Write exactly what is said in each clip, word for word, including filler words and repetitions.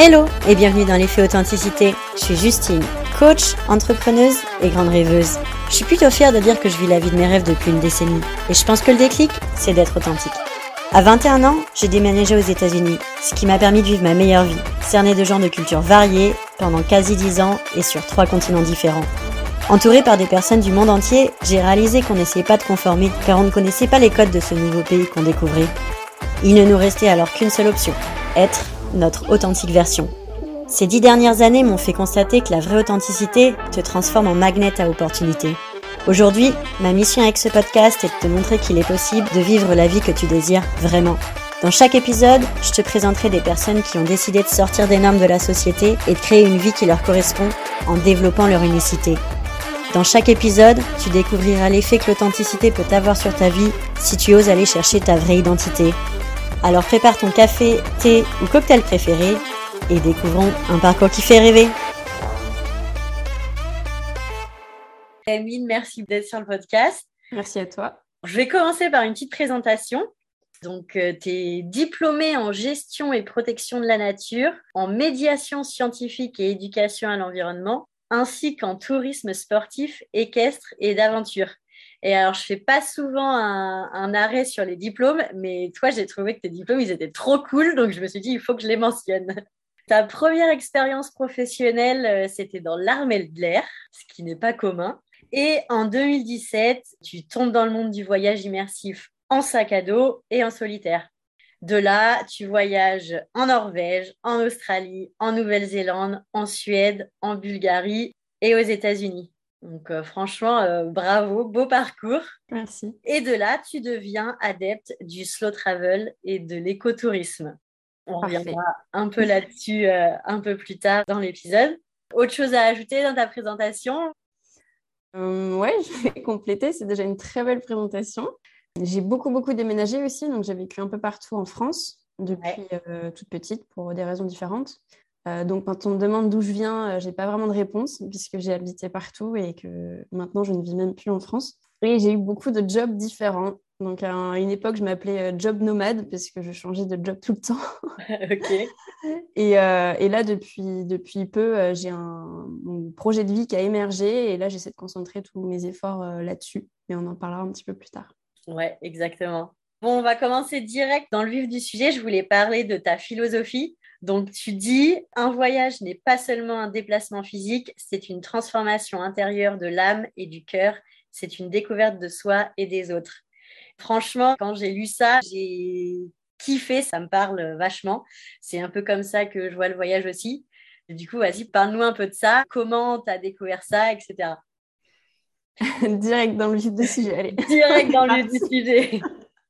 Hello et bienvenue dans l'effet authenticité. Je suis Justine, coach, entrepreneuse et grande rêveuse. Je suis plutôt fière de dire que je vis la vie de mes rêves depuis une décennie. Et je pense que le déclic, c'est d'être authentique. À vingt et un ans, j'ai déménagé aux États-Unis, ce qui m'a permis de vivre ma meilleure vie, cernée de gens de cultures variées pendant quasi dix ans et sur trois continents différents. Entourée par des personnes du monde entier, j'ai réalisé qu'on n'essayait pas de conformer, car on ne connaissait pas les codes de ce nouveau pays qu'on découvrait. Il ne nous restait alors qu'une seule option, être notre authentique version. Ces dix dernières années m'ont fait constater que la vraie authenticité te transforme en magnet à opportunités. Aujourd'hui, ma mission avec ce podcast est de te montrer qu'il est possible de vivre la vie que tu désires vraiment. Dans chaque épisode, je te présenterai des personnes qui ont décidé de sortir des normes de la société et de créer une vie qui leur correspond en développant leur unicité. Dans chaque épisode, tu découvriras l'effet que l'authenticité peut avoir sur ta vie si tu oses aller chercher ta vraie identité. Alors prépare ton café, thé ou cocktail préféré et découvrons un parcours qui fait rêver. Emine, merci d'être sur le podcast. Merci à toi. Je vais commencer par une petite présentation. Donc, euh, tu es diplômée en gestion et protection de la nature, en médiation scientifique et éducation à l'environnement, ainsi qu'en tourisme sportif, équestre et d'aventure. Et alors, je fais pas souvent un, un arrêt sur les diplômes, mais toi, j'ai trouvé que tes diplômes, ils étaient trop cool, donc je me suis dit, il faut que je les mentionne. Ta première expérience professionnelle, euh, c'était dans l'armée de l'air, ce qui n'est pas commun. Et en deux mille dix-sept, tu tombes dans le monde du voyage immersif en sac à dos et en solitaire. De là, tu voyages en Norvège, en Australie, en Nouvelle-Zélande, en Suède, en Bulgarie et aux États-Unis. Donc euh, franchement, euh, bravo, beau parcours. Merci. Et de là, tu deviens adepte du slow travel et de l'écotourisme. On Parfait. reviendra un peu là-dessus euh, un peu plus tard dans l'épisode. Autre chose à ajouter dans ta présentation ? Euh, ouais, je vais compléter. C'est déjà une très belle présentation. J'ai beaucoup, beaucoup déménagé aussi. Donc, j'ai vécu un peu partout en France depuis ouais. euh, toute petite pour des raisons différentes. Euh, donc, quand on me demande d'où je viens, euh, je n'ai pas vraiment de réponse puisque j'ai habité partout et que maintenant, je ne vis même plus en France. Et j'ai eu beaucoup de jobs différents. Donc, à une époque, je m'appelais job nomade parce que je changeais de job tout le temps. Ok. Et, euh, et là, depuis, depuis peu, euh, j'ai un, un projet de vie qui a émergé et là, j'essaie de concentrer tous mes efforts euh, là-dessus. Mais on en parlera un petit peu plus tard. Ouais, exactement. Bon, on va commencer direct dans le vif du sujet. Je voulais parler de ta philosophie. Donc, tu dis, un voyage n'est pas seulement un déplacement physique, c'est une transformation intérieure de l'âme et du cœur. C'est une découverte de soi et des autres. Franchement, quand j'ai lu ça, j'ai kiffé, ça me parle vachement. C'est un peu comme ça que je vois le voyage aussi. Du coup, vas-y, parle-nous un peu de ça. Comment tu as découvert ça, et cetera. Direct dans le vif du sujet, allez. Direct dans le vif du sujet.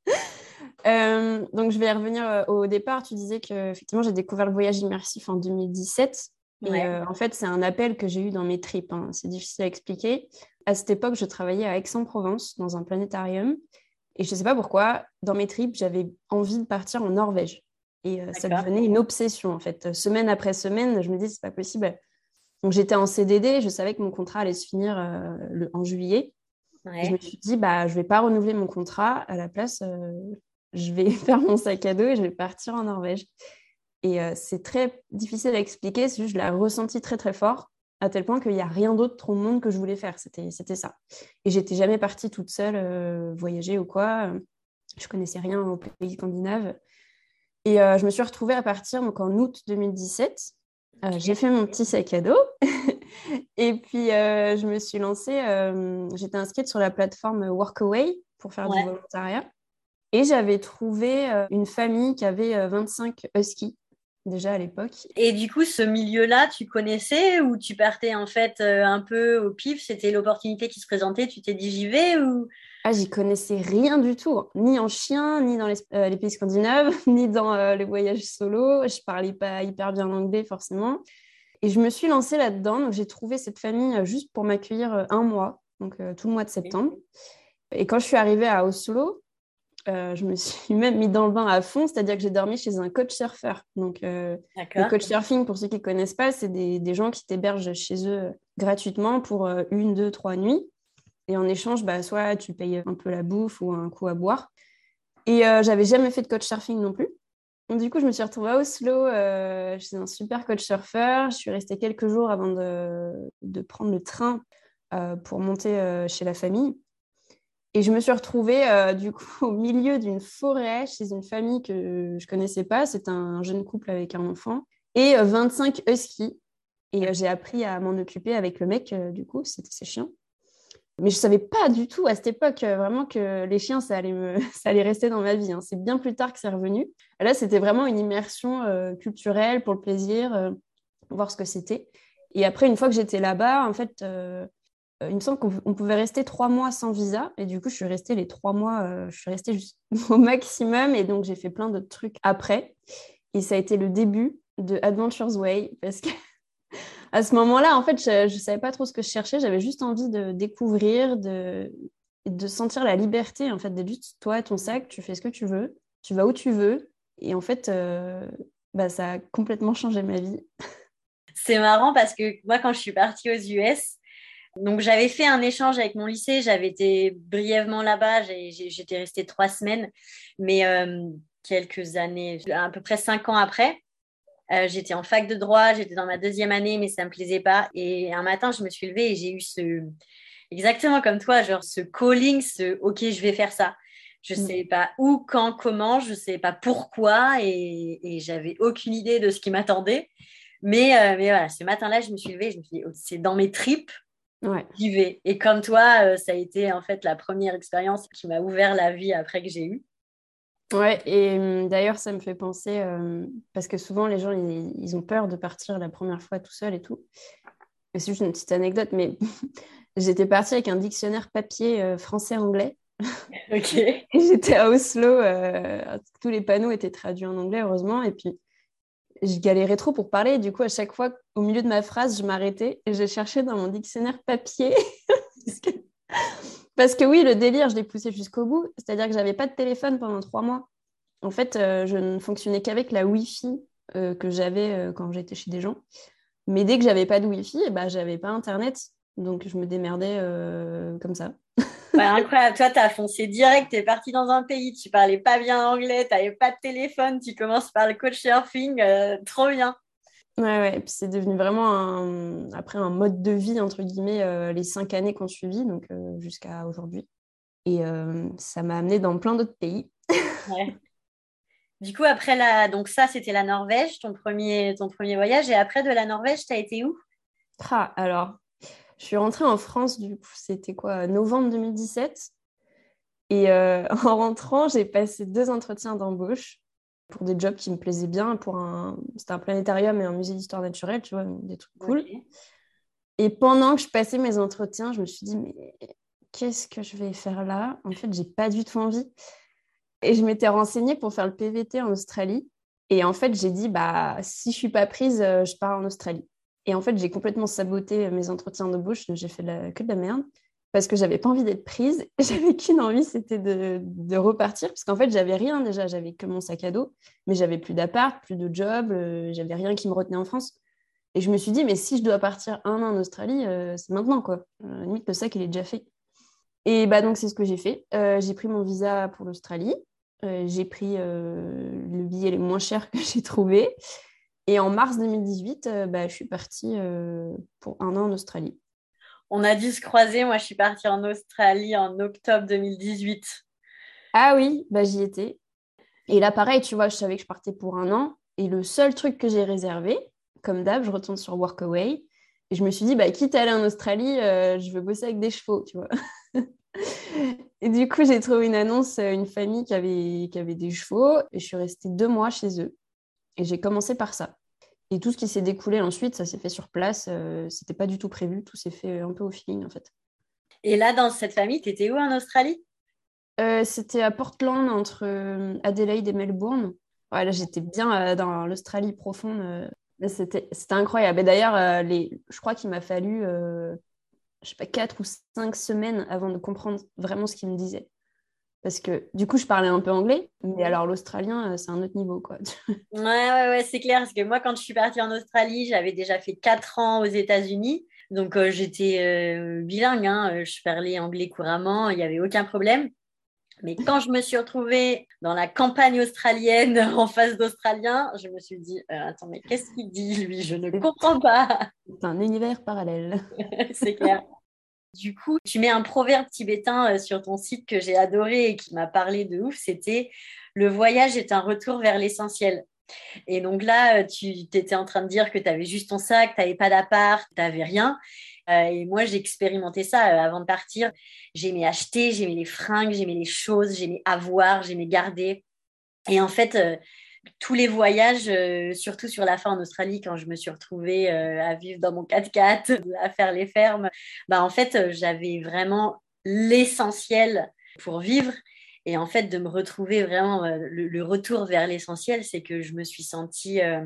Euh, donc, je vais revenir euh, au départ. Tu disais que effectivement, j'ai découvert le voyage immersif en deux mille dix-sept. Ouais. Et euh, en fait, c'est un appel que j'ai eu dans mes tripes. Hein. C'est difficile à expliquer. À cette époque, je travaillais à Aix-en-Provence, dans un planétarium. Et je ne sais pas pourquoi, dans mes tripes, j'avais envie de partir en Norvège. Et euh, ça devenait une obsession, en fait. Semaine après semaine, je me disais, c'est pas possible. Donc, j'étais en C D D. Je savais que mon contrat allait se finir euh, le, en juillet. Ouais. Je me suis dit, bah, je ne vais pas renouveler mon contrat. À la place, euh, je vais faire mon sac à dos et je vais partir en Norvège. Et euh, c'est très difficile à expliquer. C'est juste, je l'ai ressenti très, très fort, à tel point qu'il n'y a rien d'autre au monde que je voulais faire. C'était, c'était ça. Et j'étais jamais partie toute seule euh, voyager ou quoi. Je connaissais rien aux pays scandinaves. Et euh, je me suis retrouvée à partir donc, en août deux mille dix-sept. Euh, j'ai fait mon petit sac à dos. Et puis, euh, je me suis lancée. Euh, j'étais inscrite sur la plateforme Workaway pour faire ouais. du volontariat. Et j'avais trouvé euh, une famille qui avait euh, vingt-cinq huskies déjà à l'époque. Et du coup, ce milieu-là, tu connaissais ou tu partais en fait euh, un peu au pif? C'était l'opportunité qui se présentait, tu t'es dit j'y vais ou... Ah, j'y connaissais rien du tout, ni en chien, ni dans les, euh, les pays scandinaves, ni dans euh, les voyages solo. Je parlais pas hyper bien l'anglais forcément. Et je me suis lancée là-dedans. Donc, j'ai trouvé cette famille euh, juste pour m'accueillir euh, un mois, donc euh, tout le mois de septembre. Et quand je suis arrivée à Oslo, Euh, je me suis même mis dans le bain à fond, c'est-à-dire que j'ai dormi chez un coach surfeur. Donc, euh, le coach surfing, pour ceux qui ne connaissent pas, c'est des, des gens qui t'hébergent chez eux gratuitement pour euh, une, deux, trois nuits. Et en échange, bah, soit tu payes un peu la bouffe ou un coup à boire. Et euh, je n'avais jamais fait de coach surfing non plus. Du coup, je me suis retrouvée à Oslo euh, chez un super coach surfeur. Je suis restée quelques jours avant de, de prendre le train euh, pour monter euh, chez la famille. Et je me suis retrouvée euh, du coup au milieu d'une forêt chez une famille que je connaissais pas. C'est un jeune couple avec un enfant et euh, vingt-cinq huskies. Et euh, j'ai appris à m'en occuper avec le mec, euh, du coup, c'était ses chiens. Mais je savais pas du tout à cette époque euh, vraiment que les chiens, ça allait, me... ça allait rester dans ma vie. Hein. C'est bien plus tard que c'est revenu. Et là, c'était vraiment une immersion euh, culturelle pour le plaisir, euh, voir ce que c'était. Et après, une fois que j'étais là-bas, en fait, euh, il me semble qu'on on pouvait rester trois mois sans visa. Et du coup, je suis restée les trois mois, euh, je suis restée juste au maximum. Et donc, j'ai fait plein d'autres trucs après. Et ça a été le début de Adventures Way parce que à ce moment-là, en fait, je ne savais pas trop ce que je cherchais. J'avais juste envie de découvrir, de, de sentir la liberté, en fait, d'être juste toi et ton sac. Tu fais ce que tu veux, tu vas où tu veux. Et en fait, euh, bah, ça a complètement changé ma vie. C'est marrant parce que moi, quand je suis partie aux U S, donc j'avais fait un échange avec mon lycée. J'avais été brièvement là-bas. J'ai- j'ai- J'étais restée trois semaines. Mais euh, quelques années, à peu près cinq ans après, Euh, j'étais en fac de droit, j'étais dans ma deuxième année, mais ça me plaisait pas. Et un matin, je me suis levée et j'ai eu ce, exactement comme toi, genre ce calling, ce OK, je vais faire ça. Je Mm. sais pas où, quand, comment, je sais pas pourquoi, et, et j'avais aucune idée de ce qui m'attendait. Mais, euh, mais voilà, ce matin-là, je me suis levée, je me suis dit, oh, c'est dans mes tripes, Ouais. j'y vais. Et comme toi, euh, ça a été en fait la première expérience qui m'a ouvert la vie après que j'ai eu. Ouais, et hum, d'ailleurs, ça me fait penser, euh, parce que souvent, les gens, ils, ils ont peur de partir la première fois tout seul et tout. Et c'est juste une petite anecdote, mais j'étais partie avec un dictionnaire papier euh, français-anglais. Ok. Et j'étais à Oslo, euh, tous les panneaux étaient traduits en anglais, heureusement. Et puis, je galérais trop pour parler. Et du coup, à chaque fois, au milieu de ma phrase, je m'arrêtais et je cherchais dans mon dictionnaire papier. Parce que, parce que oui, le délire, je l'ai poussé jusqu'au bout. C'est-à-dire que j'avais pas de téléphone pendant trois mois. En fait, euh, je ne fonctionnais qu'avec la Wi-Fi euh, que j'avais euh, quand j'étais chez des gens. Mais dès que j'avais pas de Wi-Fi, eh ben, j'avais pas Internet. Donc, je me démerdais euh, comme ça. Ouais, incroyable. Toi, tu as foncé direct, tu es parti dans un pays, tu parlais pas bien anglais, tu n'avais pas de téléphone, tu commences par le coach surfing, euh, trop bien. Ouais, ouais. Et puis c'est devenu vraiment un, après un mode de vie, entre guillemets, euh, les cinq années qu'on suivit, donc euh, jusqu'à aujourd'hui. Et euh, ça m'a amené dans plein d'autres pays. Ouais. Du coup, après la... Donc ça, c'était la Norvège, ton premier, ton premier voyage. Et après de la Norvège, tu as été où? Ah, alors, je suis rentrée en France, du coup, c'était quoi, novembre deux mille dix-sept. Et euh, en rentrant, j'ai passé deux entretiens d'embauche pour des jobs qui me plaisaient bien. Pour un... C'était un planétarium et un musée d'histoire naturelle, tu vois, des trucs cool. Ok. Et pendant que je passais mes entretiens, je me suis dit, mais qu'est-ce que je vais faire là? En fait, j'ai pas du tout envie. Et je m'étais renseignée pour faire le P V T en Australie. Et en fait, j'ai dit, bah, si je suis pas prise, euh, je pars en Australie. Et en fait, j'ai complètement saboté mes entretiens d'embauche. J'ai fait de la- que de la merde parce que j'avais pas envie d'être prise. J'avais qu'une envie, c'était de, de repartir. Parce qu'en fait, j'avais rien déjà. J'avais que mon sac à dos, mais j'avais plus d'appart, plus de job. Euh, j'avais rien qui me retenait en France. Et je me suis dit, mais si je dois partir un an en Australie, euh, c'est maintenant, quoi. Euh, limite, le sac, il est déjà fait. Et bah, donc, c'est ce que j'ai fait. Euh, j'ai pris mon visa pour l'Australie. Euh, j'ai pris euh, le billet le moins cher que j'ai trouvé. Et en mars deux mille dix-huit, euh, bah, je suis partie euh, pour un an en Australie. On a dû se croiser. Moi, je suis partie en Australie en octobre deux mille dix-huit. Ah oui, bah, j'y étais. Et là, pareil, tu vois, je savais que je partais pour un an. Et le seul truc que j'ai réservé, comme d'hab, je retourne sur Workaway. Et je me suis dit, bah, quitte à aller en Australie, euh, je veux bosser avec des chevaux, tu vois. Et du coup, j'ai trouvé une annonce, euh, une famille qui avait, qui avait des chevaux. Et je suis restée deux mois chez eux. Et j'ai commencé par ça. Et tout ce qui s'est découlé ensuite, ça s'est fait sur place. Euh, c'était pas du tout prévu. Tout s'est fait un peu au feeling, en fait. Et là, dans cette famille, tu étais où en Australie? Euh, c'était à Portland, entre euh, Adelaide et Melbourne. Ouais, là, j'étais bien euh, dans l'Australie profonde. euh. Là, C'était, c'était incroyable. Et d'ailleurs, euh, les... je crois qu'il m'a fallu, euh, je sais pas, quatre ou cinq semaines avant de comprendre vraiment ce qu'il me disait. Parce que du coup, je parlais un peu anglais, mais alors l'australien, euh, c'est un autre niveau, quoi. Ouais, ouais, ouais, c'est clair. Parce que moi, quand je suis partie en Australie, j'avais déjà fait quatre ans aux États-Unis. Donc, euh, j'étais euh, bilingue, hein. Je parlais anglais couramment, il n'y avait aucun problème. Mais quand je me suis retrouvée dans la campagne australienne en face d'Australiens, je me suis dit, euh, attends, mais qu'est-ce qu'il dit, lui? Je ne comprends pas. C'est un univers parallèle. C'est clair. Du coup, tu mets un proverbe tibétain sur ton site que j'ai adoré et qui m'a parlé de ouf, c'était « Le voyage est un retour vers l'essentiel ». Et donc là, tu étais en train de dire que tu avais juste ton sac, tu n'avais pas d'appart, tu n'avais rien. Euh, et moi, j'ai expérimenté ça euh, avant de partir. J'aimais acheter, j'aimais les fringues, j'aimais les choses, j'aimais avoir, j'aimais garder. Et en fait, euh, tous les voyages, euh, surtout sur la fin en Australie, quand je me suis retrouvée euh, à vivre dans mon quatre-quatre, à faire les fermes, bah, en fait, euh, j'avais vraiment l'essentiel pour vivre. Et en fait, de me retrouver vraiment, euh, le, le retour vers l'essentiel, c'est que je me suis sentie euh,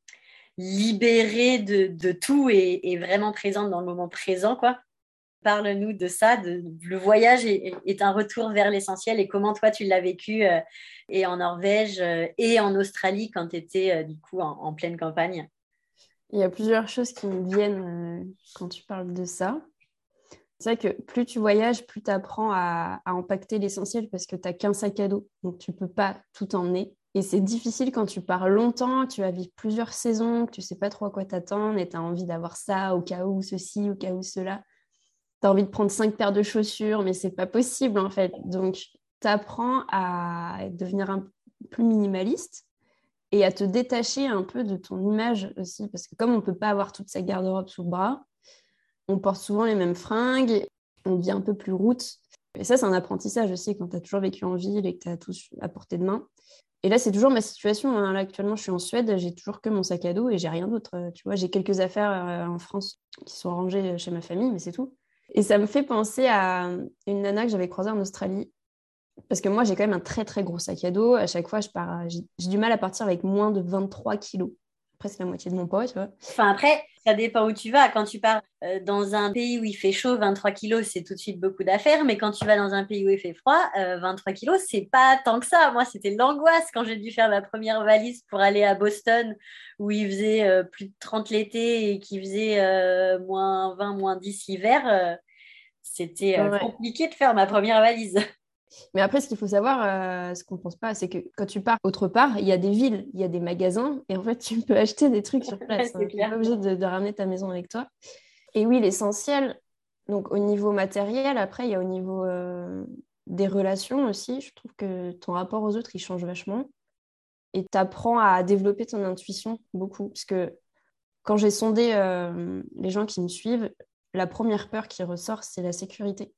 libérée de, de tout et, et vraiment présente dans le moment présent, quoi. Parle-nous de ça, de, le voyage est, est un retour vers l'essentiel et comment toi tu l'as vécu euh, et en Norvège euh, et en Australie quand tu étais euh, du coup en, en pleine campagne. Il y a plusieurs choses qui me viennent euh, quand tu parles de ça. C'est vrai que plus tu voyages, plus tu apprends à, à impacter l'essentiel parce que tu n'as qu'un sac à dos, donc tu ne peux pas tout emmener. Et c'est difficile quand tu pars longtemps, que tu vas vivre plusieurs saisons, que tu ne sais pas trop à quoi t'attendre et tu as envie d'avoir ça au cas où ceci, au cas où cela. Tu as envie de prendre cinq paires de chaussures, mais c'est pas possible en fait. Donc, tu apprends à devenir un peu plus minimaliste et à te détacher un peu de ton image aussi. Parce que comme on ne peut pas avoir toute sa garde-robe sous le bras, on porte souvent les mêmes fringues, on devient un peu plus route. Et ça, c'est un apprentissage aussi quand tu as toujours vécu en ville et que tu as tout à portée de main. Et là, c'est toujours ma situation. Hein. Là, actuellement, je suis en Suède, j'ai toujours que mon sac à dos et j'ai rien d'autre. Tu vois, j'ai quelques affaires euh, en France qui sont rangées chez ma famille, mais c'est tout. Et ça me fait penser à une nana que j'avais croisée en Australie. Parce que moi, j'ai quand même un très, très gros sac à dos. À chaque fois, je pars, j'ai, j'ai du mal à partir avec moins de vingt-trois kilos. Après, c'est la moitié de mon poids, tu vois. Enfin, après, ça dépend où tu vas. Quand tu pars euh, dans un pays où il fait chaud, vingt-trois kilos, c'est tout de suite beaucoup d'affaires. Mais quand tu vas dans un pays où il fait froid, euh, vingt-trois kilos, c'est pas tant que ça. Moi, c'était l'angoisse quand j'ai dû faire ma première valise pour aller à Boston, où il faisait euh, plus de trente l'été et qu'il faisait euh, moins vingt, moins dix l'hiver. Euh, c'était euh, Ouais. compliqué de faire ma première valise. Mais après, ce qu'il faut savoir, euh, ce qu'on ne pense pas, c'est que quand tu pars autre part, il y a des villes, il y a des magasins, et en fait, tu peux acheter des trucs sur place. C'est Hein. Tu n'es clair. pas obligé de, de ramener ta maison avec toi. Et oui, l'essentiel, donc au niveau matériel, après, il y a au niveau euh, des relations aussi. Je trouve que ton rapport aux autres, il change vachement. Et tu apprends à développer ton intuition beaucoup. Parce que quand j'ai sondé euh, les gens qui me suivent, la première peur qui ressort, c'est la sécurité.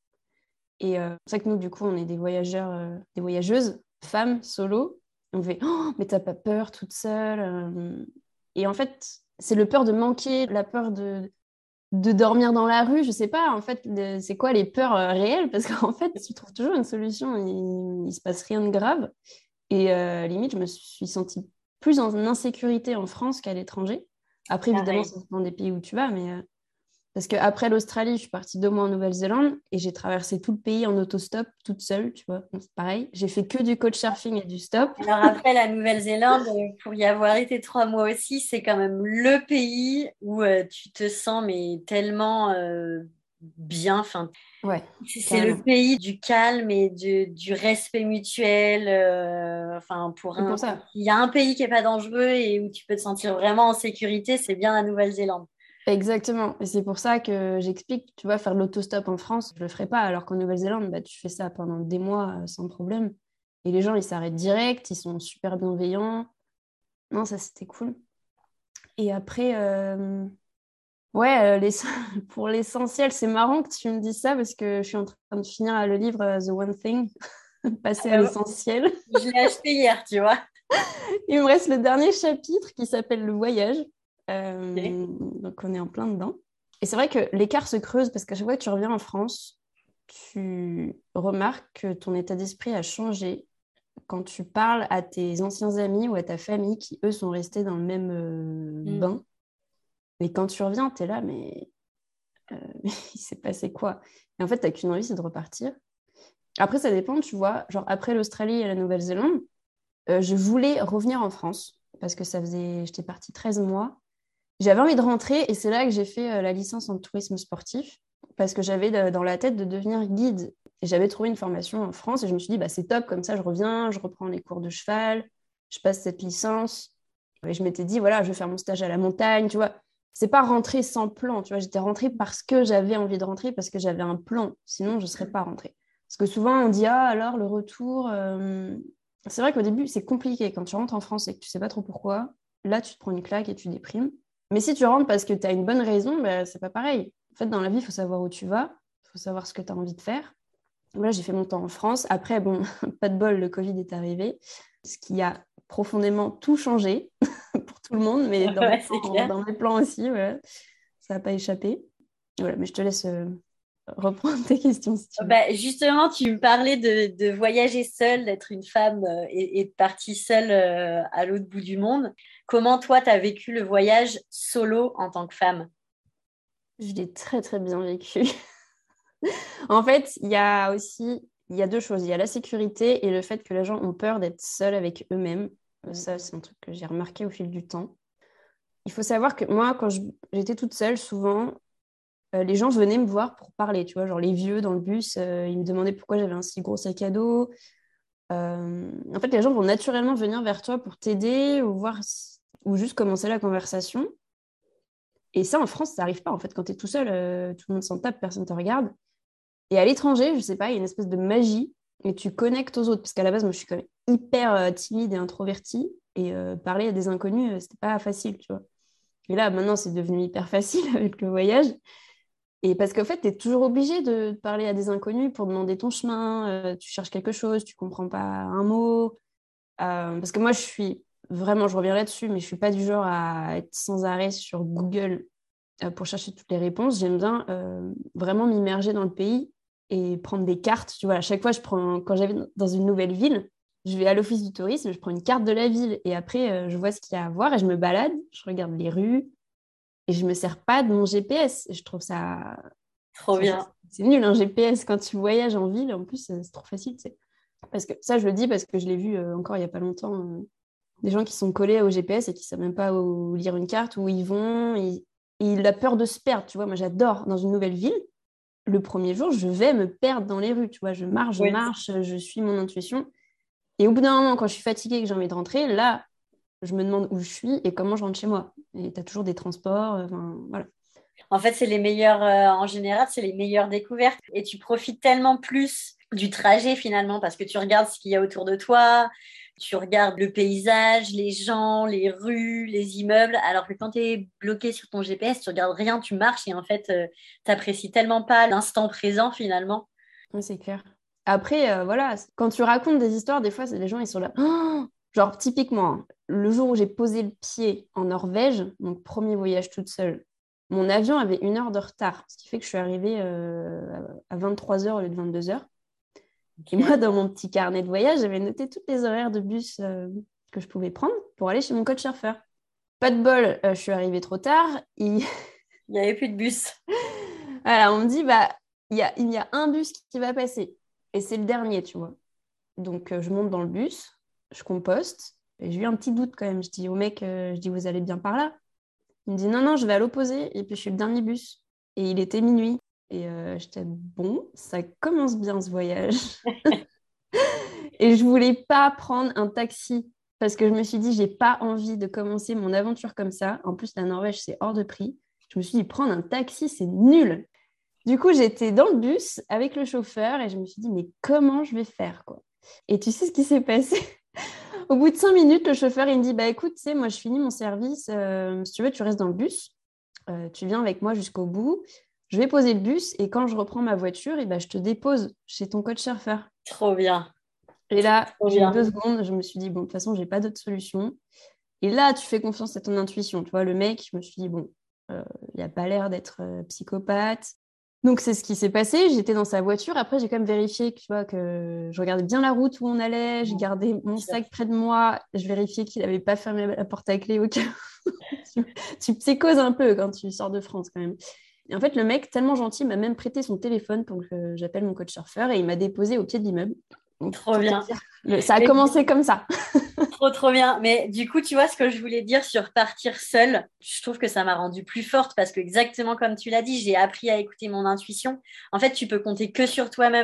Et euh, c'est vrai que nous, du coup, on est des voyageurs, euh, des voyageuses, femmes, solo. On fait oh, mais t'as pas peur toute seule. euh. Et en fait, c'est le peur de manquer, la peur de, de dormir dans la rue. Je sais pas, en fait, le- c'est quoi les peurs euh, réelles? Parce qu'en fait, tu trouves toujours une solution. Il, il se passe rien de grave. Et euh, limite, je me suis sentie plus en insécurité en France qu'à l'étranger. Après, évidemment, Pareil. ça dépend des pays où tu vas, mais. euh, parce qu'après l'Australie, je suis partie deux mois en Nouvelle-Zélande et j'ai traversé tout le pays en autostop toute seule, tu vois. Donc, c'est pareil. J'ai fait que du couchsurfing et du stop. Alors après, la Nouvelle-Zélande, euh, pour y avoir été trois mois aussi, c'est quand même le pays où euh, tu te sens mais tellement euh, bien. Enfin, Ouais, c'est c'est le carrément. pays du calme et du, du respect mutuel. euh, enfin, pour C'est un, pour ça. il y a un pays qui est pas dangereux et où tu peux te sentir vraiment en sécurité, c'est bien la Nouvelle-Zélande. Exactement. Et c'est pour ça que j'explique, tu vois, faire de l'autostop en France, je le ferai pas, alors qu'en Nouvelle-Zélande, bah, tu fais ça pendant des mois euh, sans problème. Et les gens, ils s'arrêtent direct, ils sont super bienveillants. Non, ça, c'était cool. Et après, euh, ouais, euh, les- pour l'essentiel, c'est marrant que tu me dises ça parce que je suis en train de finir euh, le livre euh, The One Thing, passer à Euh, l'essentiel. je l'ai acheté hier, tu vois. Il me reste le dernier chapitre qui s'appelle Le voyage. Ok. Euh, donc on est en plein dedans. Et c'est vrai que l'écart se creuse parce qu'à chaque fois que tu reviens en France, tu remarques que ton état d'esprit a changé quand tu parles à tes anciens amis ou à ta famille qui, eux, sont restés dans le même euh, Mm. bain. Mais quand tu reviens, tu es là, mais euh, il s'est passé quoi? Et en fait, tu n'as qu'une envie, c'est de repartir. Après, ça dépend, tu vois. Genre, après l'Australie et la Nouvelle-Zélande, euh, je voulais revenir en France parce que ça faisait, j'étais partie treize mois. J'avais envie de rentrer et c'est là que j'ai fait euh, la licence en tourisme sportif parce que j'avais de- dans la tête de devenir guide. Et j'avais trouvé une formation en France et je me suis dit, bah, c'est top, comme ça, je reviens, je reprends les cours de cheval, je passe cette licence. Et je m'étais dit, voilà, je vais faire mon stage à la montagne, tu vois. C'est pas rentrer sans plan, tu vois. J'étais rentrée parce que j'avais envie de rentrer, parce que j'avais un plan. Sinon, je ne serais pas rentrée. Parce que souvent, on dit, ah, alors, le retour... euh, C'est vrai qu'au début, c'est compliqué. Quand tu rentres en France et que tu sais pas trop pourquoi, là, tu te prends une claque et tu déprimes. Mais si tu rentres parce que tu as une bonne raison, bah, c'est pas pareil. En fait, dans la vie, il faut savoir où tu vas, il faut savoir ce que tu as envie de faire. Là, j'ai fait mon temps en France. Après, bon, pas de bol, le Covid est arrivé, ce qui a profondément tout changé pour tout le monde, mais dans, Ouais, mes, c'est plans, clair. dans mes plans aussi, voilà. Ça n'a pas échappé. Voilà, mais je te laisse euh, reprendre tes questions si tu veux. Bah, justement, tu me parlais de, de voyager seule, d'être une femme euh, et, et de partie seule euh, à l'autre bout du monde. Comment toi, tu as vécu le voyage solo en tant que femme? Je l'ai très, très bien vécu. En fait, il y a aussi, il y a deux choses. Il y a la sécurité et le fait que les gens ont peur d'être seuls avec eux-mêmes. Euh, Ça, c'est un truc que j'ai remarqué au fil du temps. Il faut savoir que moi, quand je- j'étais toute seule, souvent, euh, les gens venaient me voir pour parler. Tu vois, genre les vieux dans le bus, euh, ils me demandaient pourquoi j'avais un si gros sac à dos. Euh, en fait, les gens vont naturellement venir vers toi pour t'aider ou voir si- ou juste commencer la conversation. Et ça, en France, ça n'arrive pas. En fait, quand tu es tout seul, euh, tout le monde s'en tape, personne ne te regarde. Et à l'étranger, je sais pas, il y a une espèce de magie et tu connectes aux autres. Parce qu'à la base, moi, je suis quand même hyper euh, timide et introvertie. Et euh, parler à des inconnus, euh, c'était pas facile, tu vois. Et là, maintenant, c'est devenu hyper facile avec le voyage. Et parce qu'en fait, tu es toujours obligé de parler à des inconnus pour demander ton chemin. Euh, tu cherches quelque chose, tu comprends pas un mot. Euh, parce que moi, je suis vraiment, je reviens là-dessus, mais je suis pas du genre à être sans arrêt sur Google euh, pour chercher toutes les réponses. J'aime bien euh, vraiment m'immerger dans le pays et prendre des cartes. Tu vois, à chaque fois, je prends, quand j'arrive dans une nouvelle ville, je vais à l'office du tourisme, je prends une carte de la ville et après, euh, je vois ce qu'il y a à voir et je me balade, je regarde les rues et je me sers pas de mon G P S. Je trouve ça... Trop Franchement, bien. c'est nul un G P S quand tu voyages en ville. En plus, euh, c'est trop facile, tu sais. Parce que ça, je le dis parce que je l'ai vu euh, encore il y a pas longtemps. euh, des gens qui sont collés au G P S et qui ne savent même pas où lire une carte, où ils vont. Et, et il a peur de se perdre. Tu vois, moi, j'adore dans une nouvelle ville. Le premier jour, je vais me perdre dans les rues. Tu vois, je marche, je Oui. marche, je suis mon intuition. Et au bout d'un moment, quand je suis fatiguée et que j'ai envie de rentrer, là, je me demande où je suis et comment je rentre chez moi. Et tu as toujours des transports. euh, Enfin, voilà. En fait, c'est les meilleures, euh, en général, c'est les meilleures découvertes. Et tu profites tellement plus du trajet finalement parce que tu regardes ce qu'il y a autour de toi, tu regardes le paysage, les gens, les rues, les immeubles. Alors que quand tu es bloqué sur ton G P S, tu regardes rien, tu marches et en fait, tu n'apprécies tellement pas l'instant présent finalement. Ouais, c'est clair. Après, euh, voilà, quand tu racontes des histoires, des fois, c'est les gens, ils sont là. Oh genre, typiquement, hein, le jour où j'ai posé le pied en Norvège, mon premier voyage toute seule, mon avion avait une heure de retard, ce qui fait que je suis arrivée euh, à vingt-trois heures au lieu de vingt-deux heures. Et moi, Ok. dans mon petit carnet de voyage, j'avais noté toutes les horaires de bus euh, que je pouvais prendre pour aller chez mon coach surfeur. Pas de bol, euh, je suis arrivée trop tard. Il... Il n'y avait plus de bus. voilà, on me dit, bah, il y a, il y a un bus qui va passer. Et c'est le dernier, tu vois. Donc, euh, je monte dans le bus, je composte. Et j'ai eu un petit doute quand même. Je dis au mec, euh, je dis, vous allez bien par là? Il me dit, non, non, je vais à l'opposé. Et puis, je suis le dernier bus. Et il était minuit. Et euh, j'étais, bon, ça commence bien ce voyage. Et je voulais pas prendre un taxi parce que je me suis dit, j'ai pas envie de commencer mon aventure comme ça. En plus, la Norvège, c'est hors de prix. Je me suis dit, prendre un taxi, c'est nul. Du coup, j'étais dans le bus avec le chauffeur et je me suis dit, mais comment je vais faire, quoi? Et tu sais ce qui s'est passé? Au bout de cinq minutes, le chauffeur, il me dit, bah écoute, tu sais, moi, je finis mon service. Euh, si tu veux, tu restes dans le bus. Euh, tu viens avec moi jusqu'au bout. Je vais poser le bus et quand je reprends ma voiture, et ben, je te dépose chez ton coach surfeur. Trop bien. Et là, Trop j'ai eu bien. deux secondes, je me suis dit, bon, de toute façon, j'ai pas d'autre solution. Et là, tu fais confiance à ton intuition. Tu vois, le mec, je me suis dit, bon, euh, il n'a pas l'air d'être euh, psychopathe. Donc, c'est ce qui s'est passé. J'étais dans sa voiture. Après, j'ai quand même vérifié que, tu vois, que je regardais bien la route où on allait. J'ai gardé mon sac près de moi. Je vérifiais qu'il n'avait pas fermé la porte à clé au cas où. tu, tu psychoses un peu quand tu sors de France, quand même. Et en fait, le mec, tellement gentil, m'a même prêté son téléphone pour que j'appelle mon coach surfeur et il m'a déposé au pied de l'immeuble. Donc, Trop pour te bien. dire, le- ça a Mais commencé comme ça. trop, trop bien. Mais du coup, tu vois ce que je voulais dire sur partir seule. Je trouve que ça m'a rendue plus forte parce que exactement comme tu l'as dit, j'ai appris à écouter mon intuition. En fait, tu peux compter que sur toi-même.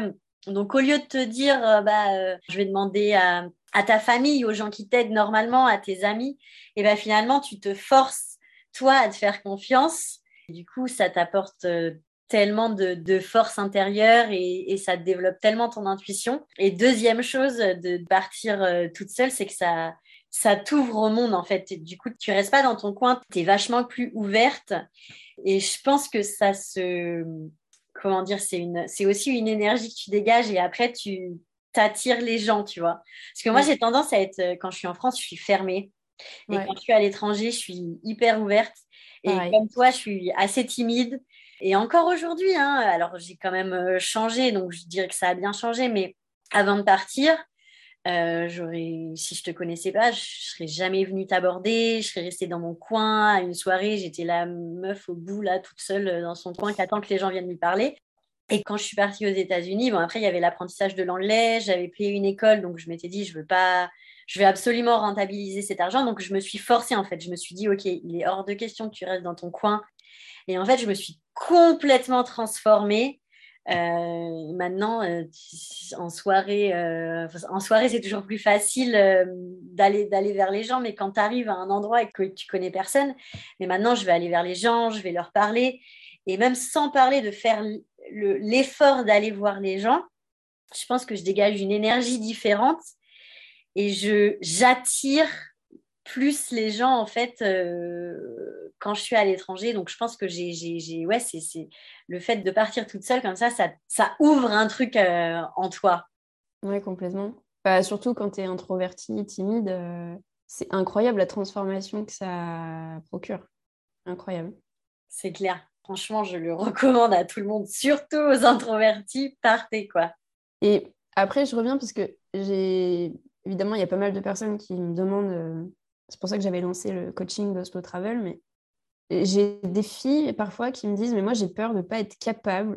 Donc, au lieu de te dire, euh, bah, euh, je vais demander à, à ta famille, aux gens qui t'aident normalement, à tes amis, et ben finalement, tu te forces, toi, à te faire confiance. Et du coup, ça t'apporte euh, tellement de, de force intérieure et, et ça te développe tellement ton intuition. Et deuxième chose, de partir euh, toute seule, c'est que ça, ça t'ouvre au monde, en fait. Et du coup, tu restes pas dans ton coin, tu es vachement plus ouverte. Et je pense que ça se comment dire, c'est une, c'est aussi une énergie que tu dégages et après tu t'attires les gens, tu vois. Parce que moi, Oui. j'ai tendance à être, quand je suis en France, je suis fermée. Et Ouais, quand je suis à l'étranger, je suis hyper ouverte. Et pareil. comme toi, je suis assez timide. Et encore aujourd'hui, hein, alors j'ai quand même euh, changé, donc je dirais que ça a bien changé. Mais avant de partir, euh, j'aurais, si je te connaissais pas, je serais jamais venue t'aborder. Je serais restée dans mon coin à une soirée. J'étais la meuf au bout là, toute seule euh, dans son coin, qui attend que les gens viennent lui parler. Et quand je suis partie aux États-Unis, bon après il y avait l'apprentissage de l'anglais. J'avais payé une école, donc je m'étais dit je veux pas, je vais absolument rentabiliser cet argent. Donc je me suis forcée en fait. Je me suis dit ok, il est hors de question que tu restes dans ton coin. Et en fait, je me suis complètement transformée. Euh, maintenant, euh, en soirée, euh, en soirée, c'est toujours plus facile euh, d'aller d'aller vers les gens. Mais quand tu arrives à un endroit et que tu connais personne, mais maintenant, je vais aller vers les gens, je vais leur parler, et même sans parler de faire le, l'effort d'aller voir les gens, je pense que je dégage une énergie différente et je j'attire plus les gens en fait euh, quand je suis à l'étranger. Donc je pense que j'ai, j'ai, j'ai ouais, c'est, c'est le fait de partir toute seule comme ça, ça, ça ouvre un truc euh, en toi. Ouais, complètement. Bah, surtout quand tu es introverti, timide, euh, c'est incroyable la transformation que ça procure. Incroyable. C'est clair. Franchement, je le recommande à tout le monde, surtout aux introvertis. Partez quoi. Et après, je reviens parce que j'ai... Évidemment, il y a pas mal de personnes qui me demandent... euh, C'est pour ça que j'avais lancé le coaching de Slow Travel, mais j'ai des filles parfois qui me disent, mais moi j'ai peur de pas être capable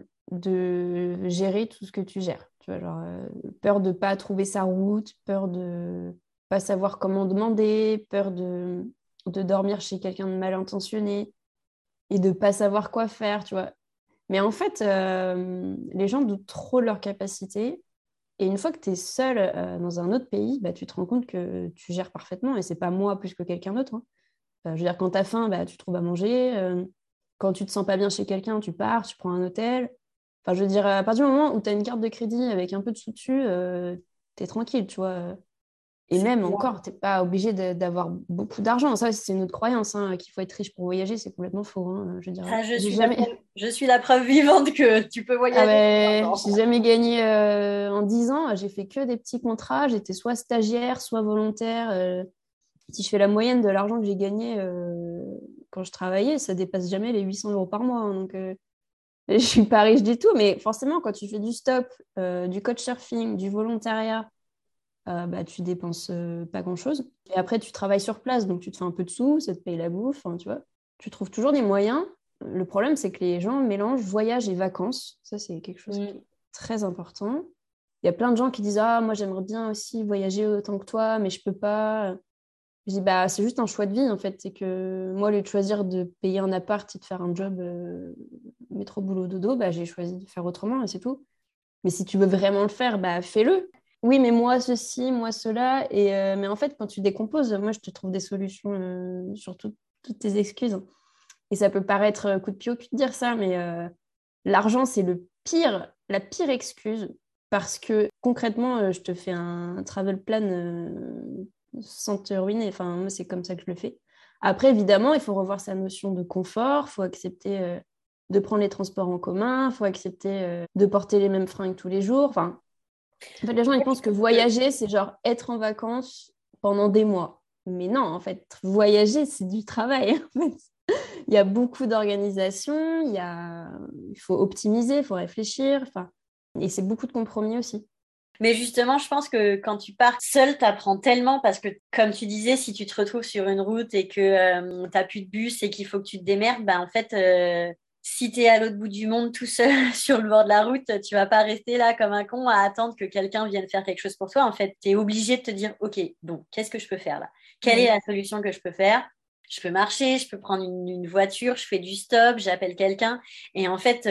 de gérer tout ce que tu gères. Tu vois, genre euh, peur de pas trouver sa route, peur de pas savoir comment demander, peur de, de dormir chez quelqu'un de mal intentionné et de pas savoir quoi faire, tu vois. Mais en fait, euh, les gens doutent trop de leurs capacités. Et une fois que tu es seul euh, dans un autre pays, bah, tu te rends compte que tu gères parfaitement et c'est pas moi plus que quelqu'un d'autre, hein. Euh, je veux dire, quand tu as faim, bah, tu trouves à manger. Euh, quand tu te sens pas bien chez quelqu'un, tu pars, tu prends un hôtel. Enfin, je veux dire, à partir du moment où tu as une carte de crédit avec un peu de sous dessus, euh, tu es tranquille, tu vois. Et C'est même clair. encore, tu n'es pas obligé de- d'avoir beaucoup d'argent. Ça, c'est une autre croyance, hein, qu'il faut être riche pour voyager. C'est complètement faux, hein. Je veux dire, Ça, je j'ai suis la jamais... preuve, je suis la preuve vivante que tu peux Ah voyager sans ben, argent. j'ai jamais gagné euh, en dix ans. J'ai fait que des petits contrats. J'étais soit stagiaire, soit volontaire. Euh, si je fais la moyenne de l'argent que j'ai gagné euh, quand je travaillais, ça dépasse jamais les huit cents euros par mois, hein. Donc, euh, je suis pas riche du tout. Mais forcément, quand tu fais du stop, euh, du couchsurfing, du volontariat, euh, bah, tu dépenses euh, pas grand-chose. Et après, tu travailles sur place, donc tu te fais un peu de sous, ça te paye la bouffe, hein, tu vois. Tu trouves toujours des moyens. Le problème, c'est que les gens mélangent voyage et vacances. Ça, c'est quelque chose qui Mm. est très important. Il y a plein de gens qui disent, ah, moi, j'aimerais bien aussi voyager autant que toi, mais je peux pas. Je dis, bah, c'est juste un choix de vie, en fait. C'est que moi, au lieu de choisir de payer un appart et de faire un job euh, métro, boulot, dodo, bah, j'ai choisi de faire autrement et c'est tout. Mais si tu veux vraiment le faire, bah, fais-le. Oui, mais moi, ceci, moi, cela. Et, euh, mais en fait, quand tu décomposes, moi, je te trouve des solutions euh, sur tout- toutes tes excuses. Et ça peut paraître euh, coup de pied au cul de dire ça, mais euh, l'argent, c'est le pire, la pire excuse. Parce que concrètement, euh, je te fais un travel plan euh, sans te ruiner. Enfin, moi, c'est comme ça que je le fais. Après, évidemment, il faut revoir sa notion de confort. Il faut accepter euh, de prendre les transports en commun. Il faut accepter euh, de porter les mêmes fringues tous les jours. Enfin, en fait, les gens, ils pensent que voyager, c'est genre être en vacances pendant des mois. Mais non, en fait, voyager, c'est du travail. En fait. Il y a beaucoup d'organisation, il y a... il faut optimiser, il faut réfléchir. Enfin, et c'est beaucoup de compromis aussi. Mais justement, je pense que quand tu pars seul, tu apprends tellement parce que, comme tu disais, si tu te retrouves sur une route et que euh, tu n'as plus de bus et qu'il faut que tu te démerdes, bah, en fait, euh, si tu es à l'autre bout du monde tout seul sur le bord de la route, tu vas pas rester là comme un con à attendre que quelqu'un vienne faire quelque chose pour toi. En fait, tu es obligé de te dire, OK, bon, qu'est-ce que je peux faire là? Quelle est Oui. la solution que je peux faire? Je peux marcher, je peux prendre une, une voiture, je fais du stop, j'appelle quelqu'un. Et en fait, euh,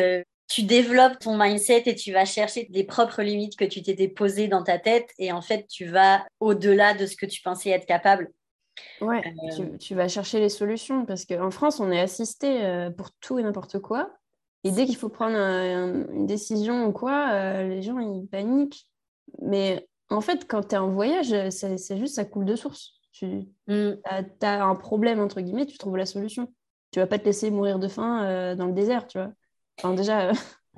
tu développes ton mindset et tu vas chercher les propres limites que tu t'étais posées dans ta tête et en fait, tu vas au-delà de ce que tu pensais être capable. Ouais, Euh, tu, tu vas chercher les solutions parce qu'en France, on est assisté euh, pour tout et n'importe quoi. Et dès qu'il faut prendre un- un- une décision ou quoi, euh, les gens, ils paniquent. Mais en fait, quand tu es en voyage, euh, c'est c'est juste, ça coule de source. Tu mm, as, un problème, entre guillemets, tu trouves la solution. Tu vas pas te laisser mourir de faim euh, dans le désert, tu vois. Enfin, déjà, euh,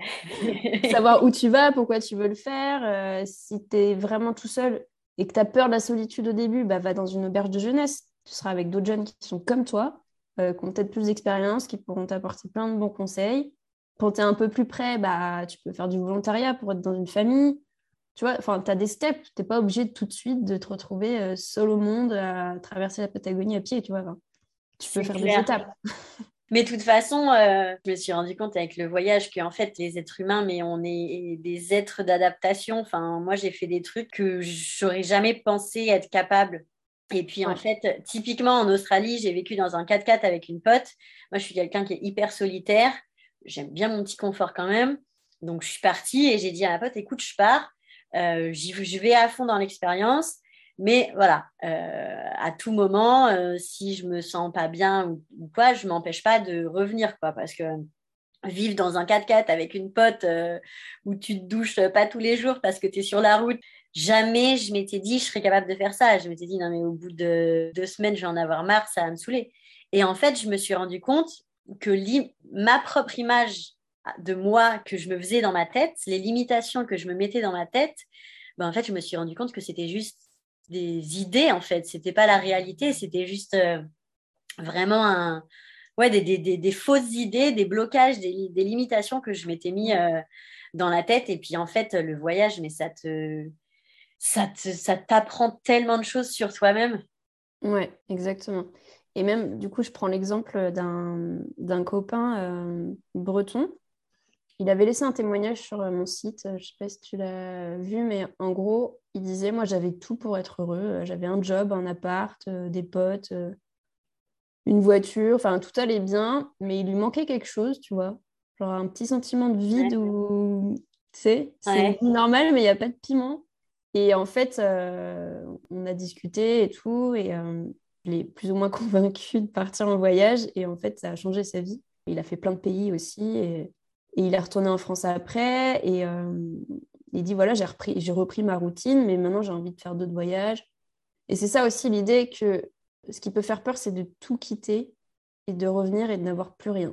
savoir où tu vas, pourquoi tu veux le faire. euh, si tu es vraiment tout seul et que tu as peur de la solitude au début, bah, va dans une auberge de jeunesse. Tu seras avec d'autres jeunes qui sont comme toi, euh, qui ont peut-être plus d'expérience, qui pourront t'apporter plein de bons conseils. Quand tu es un peu plus près, bah, tu peux faire du volontariat pour être dans une famille. Tu vois, enfin, tu as des steps. Tu n'es pas obligé de, tout de suite de te retrouver euh, seul au monde à traverser la Patagonie à pied, tu vois. Enfin, tu peux c'est faire des clair. étapes. Mais de toute façon, euh, je me suis rendu compte avec le voyage qu'en fait, les êtres humains, mais on est des êtres d'adaptation. Enfin, moi, j'ai fait des trucs que j'aurais jamais pensé être capable. Et puis, en Ouais. fait, typiquement en Australie, j'ai vécu dans un quatre-quatre avec une pote. Moi, je suis quelqu'un qui est hyper solitaire. J'aime bien mon petit confort quand même. Donc, je suis partie et j'ai dit à ma pote, écoute, je pars. Euh, j'y- je vais à fond dans l'expérience. Mais voilà, euh, à tout moment, euh, si je me sens pas bien ou, ou quoi, je m'empêche pas de revenir, quoi, parce que vivre dans un quatre-quatre avec une pote euh, où tu te douches pas tous les jours parce que tu es sur la route, jamais je m'étais dit je serais capable de faire ça. Je m'étais dit non mais au bout de deux semaines, je vais en avoir marre, ça va me saouler. Et en fait, je me suis rendu compte que li- ma propre image de moi que je me faisais dans ma tête, les limitations que je me mettais dans ma tête, ben en fait, je me suis rendu compte que c'était juste des idées, en fait. C'était pas la réalité, c'était juste euh, vraiment un, ouais, des, des, des, des fausses idées, des blocages, des, des limitations que je m'étais mis euh, dans la tête. Et puis, en fait, le voyage, mais ça te, ça te, ça t'apprend tellement de choses sur toi-même. Ouais, exactement. Et même, du coup, je prends l'exemple d'un d'un copain euh, breton. Il avait laissé un témoignage sur euh, mon site. euh, Je sais pas si tu l'as vu, mais en gros, il disait, moi, j'avais tout pour être heureux. Euh, J'avais un job, un appart, euh, des potes, euh, une voiture. Enfin, tout allait bien, mais il lui manquait quelque chose, tu vois. Genre un petit sentiment de vide Ouais. où, tu sais, c'est une Ouais. vie normale, mais il n'y a pas de piment. Et en fait, euh, on a discuté et tout, et euh, je l'ai plus ou moins convaincu de partir en voyage, et en fait, ça a changé sa vie. Il a fait plein de pays aussi, et, et il est retourné en France après, et euh, il dit, voilà, j'ai repris, j'ai repris ma routine, mais maintenant j'ai envie de faire d'autres voyages. Et c'est ça aussi l'idée que ce qui peut faire peur, c'est de tout quitter et de revenir et de n'avoir plus rien.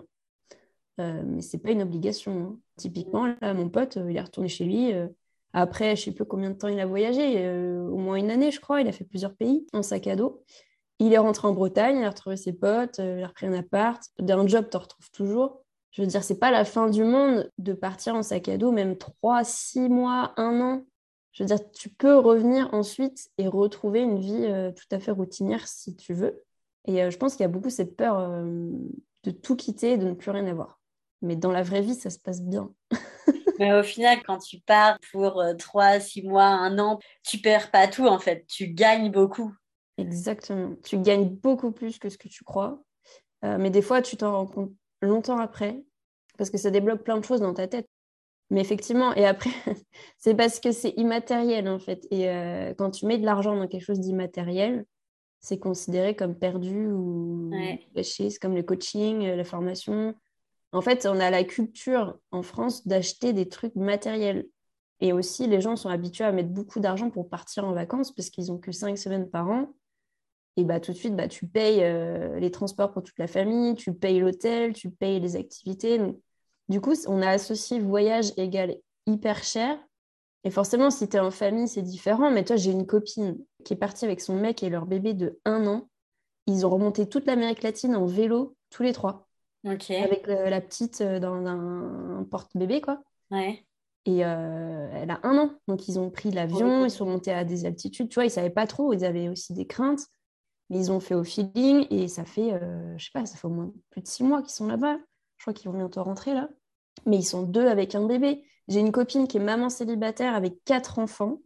Euh, mais c'est pas une obligation, hein. Typiquement, là, mon pote, euh, il est retourné chez lui. euh, après, je sais plus combien de temps il a voyagé, euh, au moins une année, je crois. Il a fait plusieurs pays en sac à dos. Il est rentré en Bretagne, il a retrouvé ses potes, euh, il a repris un appart. D'un job, tu retrouves toujours. Je veux dire, c'est pas la fin du monde de partir en sac à dos, même trois, six mois, un an. Je veux dire, tu peux revenir ensuite et retrouver une vie euh, tout à fait routinière si tu veux. Et euh, je pense qu'il y a beaucoup cette peur euh, de tout quitter et de ne plus rien avoir. Mais dans la vraie vie, ça se passe bien. Mais au final, quand tu pars pour euh, trois, six mois, un an, tu perds pas tout, en fait. Tu gagnes beaucoup. Exactement. Tu gagnes beaucoup plus que ce que tu crois. Euh, mais des fois, tu t'en rends compte longtemps après, parce que ça débloque plein de choses dans ta tête. Mais effectivement, et après, c'est parce que c'est immatériel, en fait. Et euh, quand tu mets de l'argent dans quelque chose d'immatériel, c'est considéré comme perdu ou Ouais. gâché. C'est comme le coaching, euh, la formation. En fait, on a la culture en France d'acheter des trucs matériels. Et aussi, les gens sont habitués à mettre beaucoup d'argent pour partir en vacances parce qu'ils ont que cinq semaines par an. Et bah, tout de suite, bah, tu payes euh, les transports pour toute la famille, tu payes l'hôtel, tu payes les activités. Donc, du coup, on a associé voyage égal hyper cher. Et forcément, si tu es en famille, c'est différent. Mais toi, j'ai une copine qui est partie avec son mec et leur bébé de un an. Ils ont remonté toute l'Amérique latine en vélo, tous les trois, Ok. avec euh, la petite euh, dans un, un porte-bébé, quoi. Ouais. Et euh, elle a un an. Donc, ils ont pris Trop l'avion, ils bien. sont montés à des altitudes. Tu vois, ils ne savaient pas trop, ils avaient aussi des craintes. Mais ils ont fait au feeling et ça fait, euh, je sais pas, ça fait au moins plus de six mois qu'ils sont là-bas. Je crois qu'ils vont bientôt rentrer là. Mais ils sont deux avec un bébé. J'ai une copine qui est maman célibataire avec quatre enfants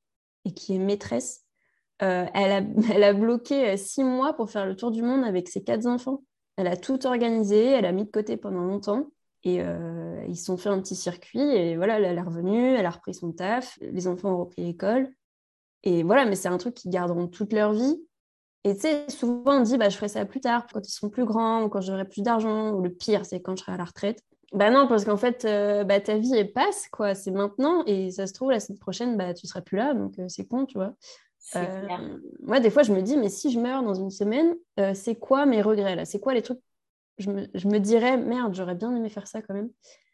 et qui est maîtresse. Euh, elle a, elle a bloqué euh, six mois pour faire le tour du monde avec ses quatre enfants. Elle a tout organisé, elle a mis de côté pendant longtemps. Et euh, ils se sont fait un petit circuit et voilà, elle est revenue, elle a repris son taf, les enfants ont repris l'école. Et voilà, mais c'est un truc qu'ils garderont toute leur vie. Et tu sais, souvent on dit, bah, je ferai ça plus tard, quand ils seront plus grands, ou quand j'aurai plus d'argent, ou le pire, c'est quand je serai à la retraite. Bah non, parce qu'en fait, euh, bah, ta vie, elle passe, quoi. C'est maintenant, et ça se trouve, la semaine prochaine, bah, tu seras plus là, donc euh, c'est con, tu vois. C'est Euh, clair. moi, des fois, je me dis, mais si je meurs dans une semaine, euh, c'est quoi mes regrets, là? C'est quoi les trucs je me, je me dirais, merde, j'aurais bien aimé faire ça quand même.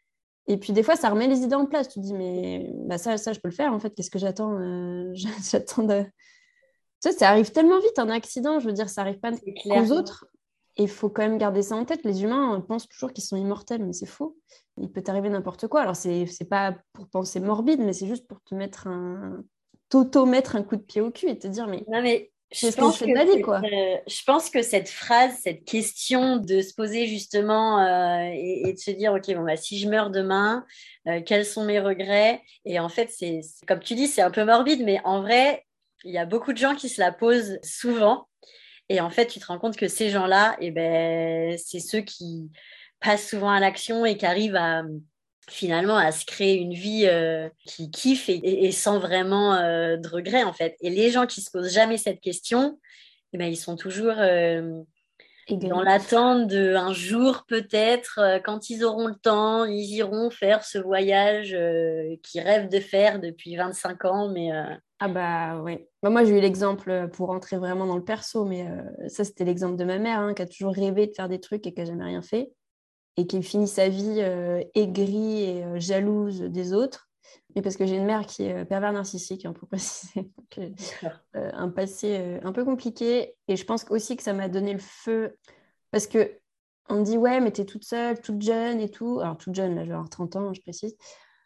Et puis des fois, ça remet les idées en place. Tu te dis, mais bah, ça, ça, je peux le faire, en fait. Qu'est-ce que j'attends euh, J'attends de... Tu sais, ça arrive tellement vite, un accident. Je veux dire, ça arrive pas C'est clair. qu'aux autres. Et il faut quand même garder ça en tête. Les humains pensent toujours qu'ils sont immortels, mais c'est faux. Il peut t'arriver n'importe quoi. Alors, c'est, c'est pas pour penser morbide, mais c'est juste pour te mettre un... t'auto-mettre un coup de pied au cul et te dire, mais Non, mais je qu'est-ce que je pense fais que de ma vie, cette, quoi? euh, je pense que cette phrase, cette question de se poser justement euh, et, et de se dire, OK, bon, bah, si je meurs demain, euh, quels sont mes regrets? Et en fait, c'est, c'est- comme tu dis, c'est un peu morbide, mais en vrai, il y a beaucoup de gens qui se la posent souvent. Et en fait, tu te rends compte que ces gens-là, eh ben, c'est ceux qui passent souvent à l'action et qui arrivent à finalement à se créer une vie euh, qui kiffe et, et- et sans vraiment euh, de regrets en fait. Et les gens qui se posent jamais cette question, eh ben, ils sont toujours euh, dans Aigri. l'attente de un jour peut-être, euh, quand ils auront le temps, ils iront faire ce voyage euh, qu'ils rêvent de faire depuis vingt-cinq ans. Mais euh, Ah bah ouais. Bah, moi, j'ai eu l'exemple euh, pour rentrer vraiment dans le perso, mais euh, ça, c'était l'exemple de ma mère, hein, qui a toujours rêvé de faire des trucs et qui n'a jamais rien fait, et qui finit sa vie euh, aigrie et euh, jalouse des autres. Mais parce que j'ai une mère qui est euh, pervers narcissique, hein, pour préciser. Donc, euh, euh, un passé euh, un peu compliqué. Et je pense aussi que ça m'a donné le feu. Parce que on me dit, ouais, mais t'es toute seule, toute jeune et tout. Alors, toute jeune, là, je vais avoir trente ans, hein, je précise.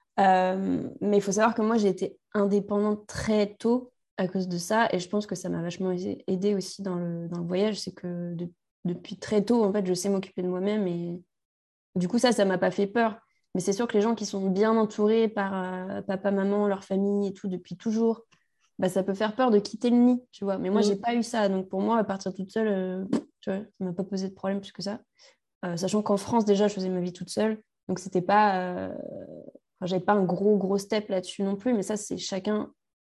Euh, mais il faut savoir que moi, j'ai été indépendante très tôt à cause de ça. Et je pense que ça m'a vachement aidé aussi dans le, dans le voyage. C'est que de- depuis très tôt, en fait, je sais m'occuper de moi-même. Et du coup, ça, ça m'a pas fait peur. Mais c'est sûr que les gens qui sont bien entourés par euh, papa, maman, leur famille et tout depuis toujours, bah, ça peut faire peur de quitter le nid, tu vois. Mais moi, j'ai mm, pas eu ça. Donc pour moi, à partir toute seule, euh, tu vois, ça m'a pas posé de problème plus que ça. Euh, sachant qu'en France, déjà, je faisais ma vie toute seule. Donc c'était pas... euh, Enfin, j'avais pas un gros, gros step là-dessus non plus, mais ça, c'est chacun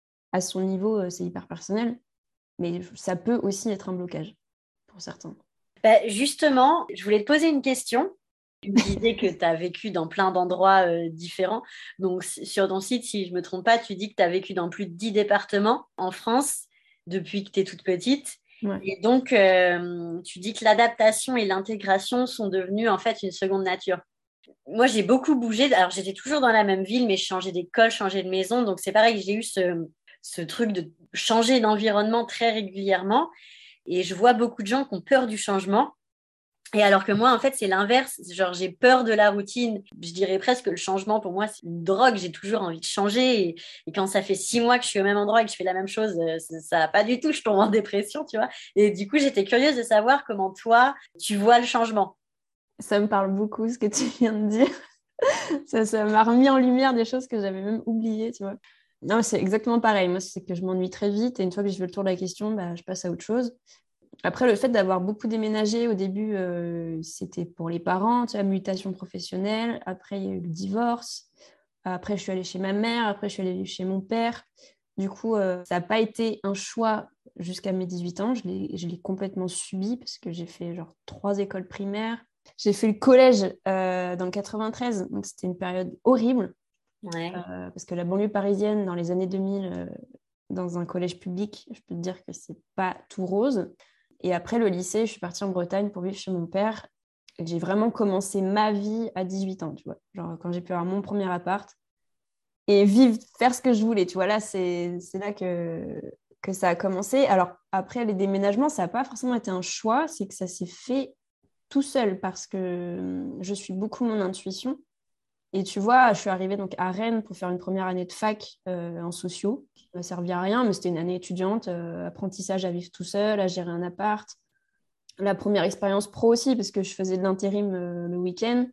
à son niveau, euh, c'est hyper personnel. Mais ça peut aussi être un blocage pour certains. bah, justement, je voulais te poser une question. Tu me disais que tu as vécu dans plein d'endroits euh, différents. Donc, s- sur ton site, si je ne me trompe pas, tu dis que tu as vécu dans plus de dix départements en France depuis que tu es toute petite. Ouais. Et donc, euh, tu dis que l'adaptation et l'intégration sont devenues en fait une seconde nature. Moi, j'ai beaucoup bougé. Alors, j'étais toujours dans la même ville, mais je changeais d'école, je changeais de maison. Donc, c'est pareil, j'ai eu ce, ce truc de changer d'environnement très régulièrement. Et je vois beaucoup de gens qui ont peur du changement. Et alors que moi, en fait, c'est l'inverse. Genre, j'ai peur de la routine. Je dirais presque que le changement, pour moi, c'est une drogue. J'ai toujours envie de changer. Et, et quand ça fait six mois que je suis au même endroit et que je fais la même chose, euh, ça va pas du tout. Je tombe en dépression, tu vois. Et du coup, j'étais curieuse de savoir comment toi, tu vois le changement. Ça me parle beaucoup ce que tu viens de dire. Ça, ça m'a remis en lumière des choses que j'avais même oubliées, tu vois. Non, c'est exactement pareil. Moi, c'est que je m'ennuie très vite et une fois que je fais le tour de la question, bah, je passe à autre chose. Après, le fait d'avoir beaucoup déménagé au début, euh, c'était pour les parents, tu vois, mutation professionnelle. Après, il y a eu le divorce. Après, je suis allée chez ma mère. Après, je suis allée chez mon père. Du coup, euh, ça n'a pas été un choix jusqu'à mes dix-huit ans. Je l'ai, je l'ai complètement subi parce que j'ai fait genre trois écoles primaires. J'ai fait le collège euh, dans le quatre-vingt-treize, donc c'était une période horrible Ouais. euh, parce que la banlieue parisienne dans les années deux mille, euh, dans un collège public, je peux te dire que c'est pas tout rose. Et après le lycée, je suis partie en Bretagne pour vivre chez mon père. Et j'ai vraiment commencé ma vie à dix-huit ans, tu vois. Genre quand j'ai pu avoir mon premier appart et vivre, faire ce que je voulais, tu vois. Là, c'est, c'est là que, que ça a commencé. Alors après, les déménagements, ça n'a pas forcément été un choix, c'est que ça s'est fait tout seul parce que hum, je suis beaucoup mon intuition. Et tu vois, je suis arrivée donc à Rennes pour faire une première année de fac euh, en sociaux. Ça m'a servi à rien, mais c'était une année étudiante, euh, apprentissage à vivre tout seul, à gérer un appart. La première expérience pro aussi, parce que je faisais de l'intérim euh, le week-end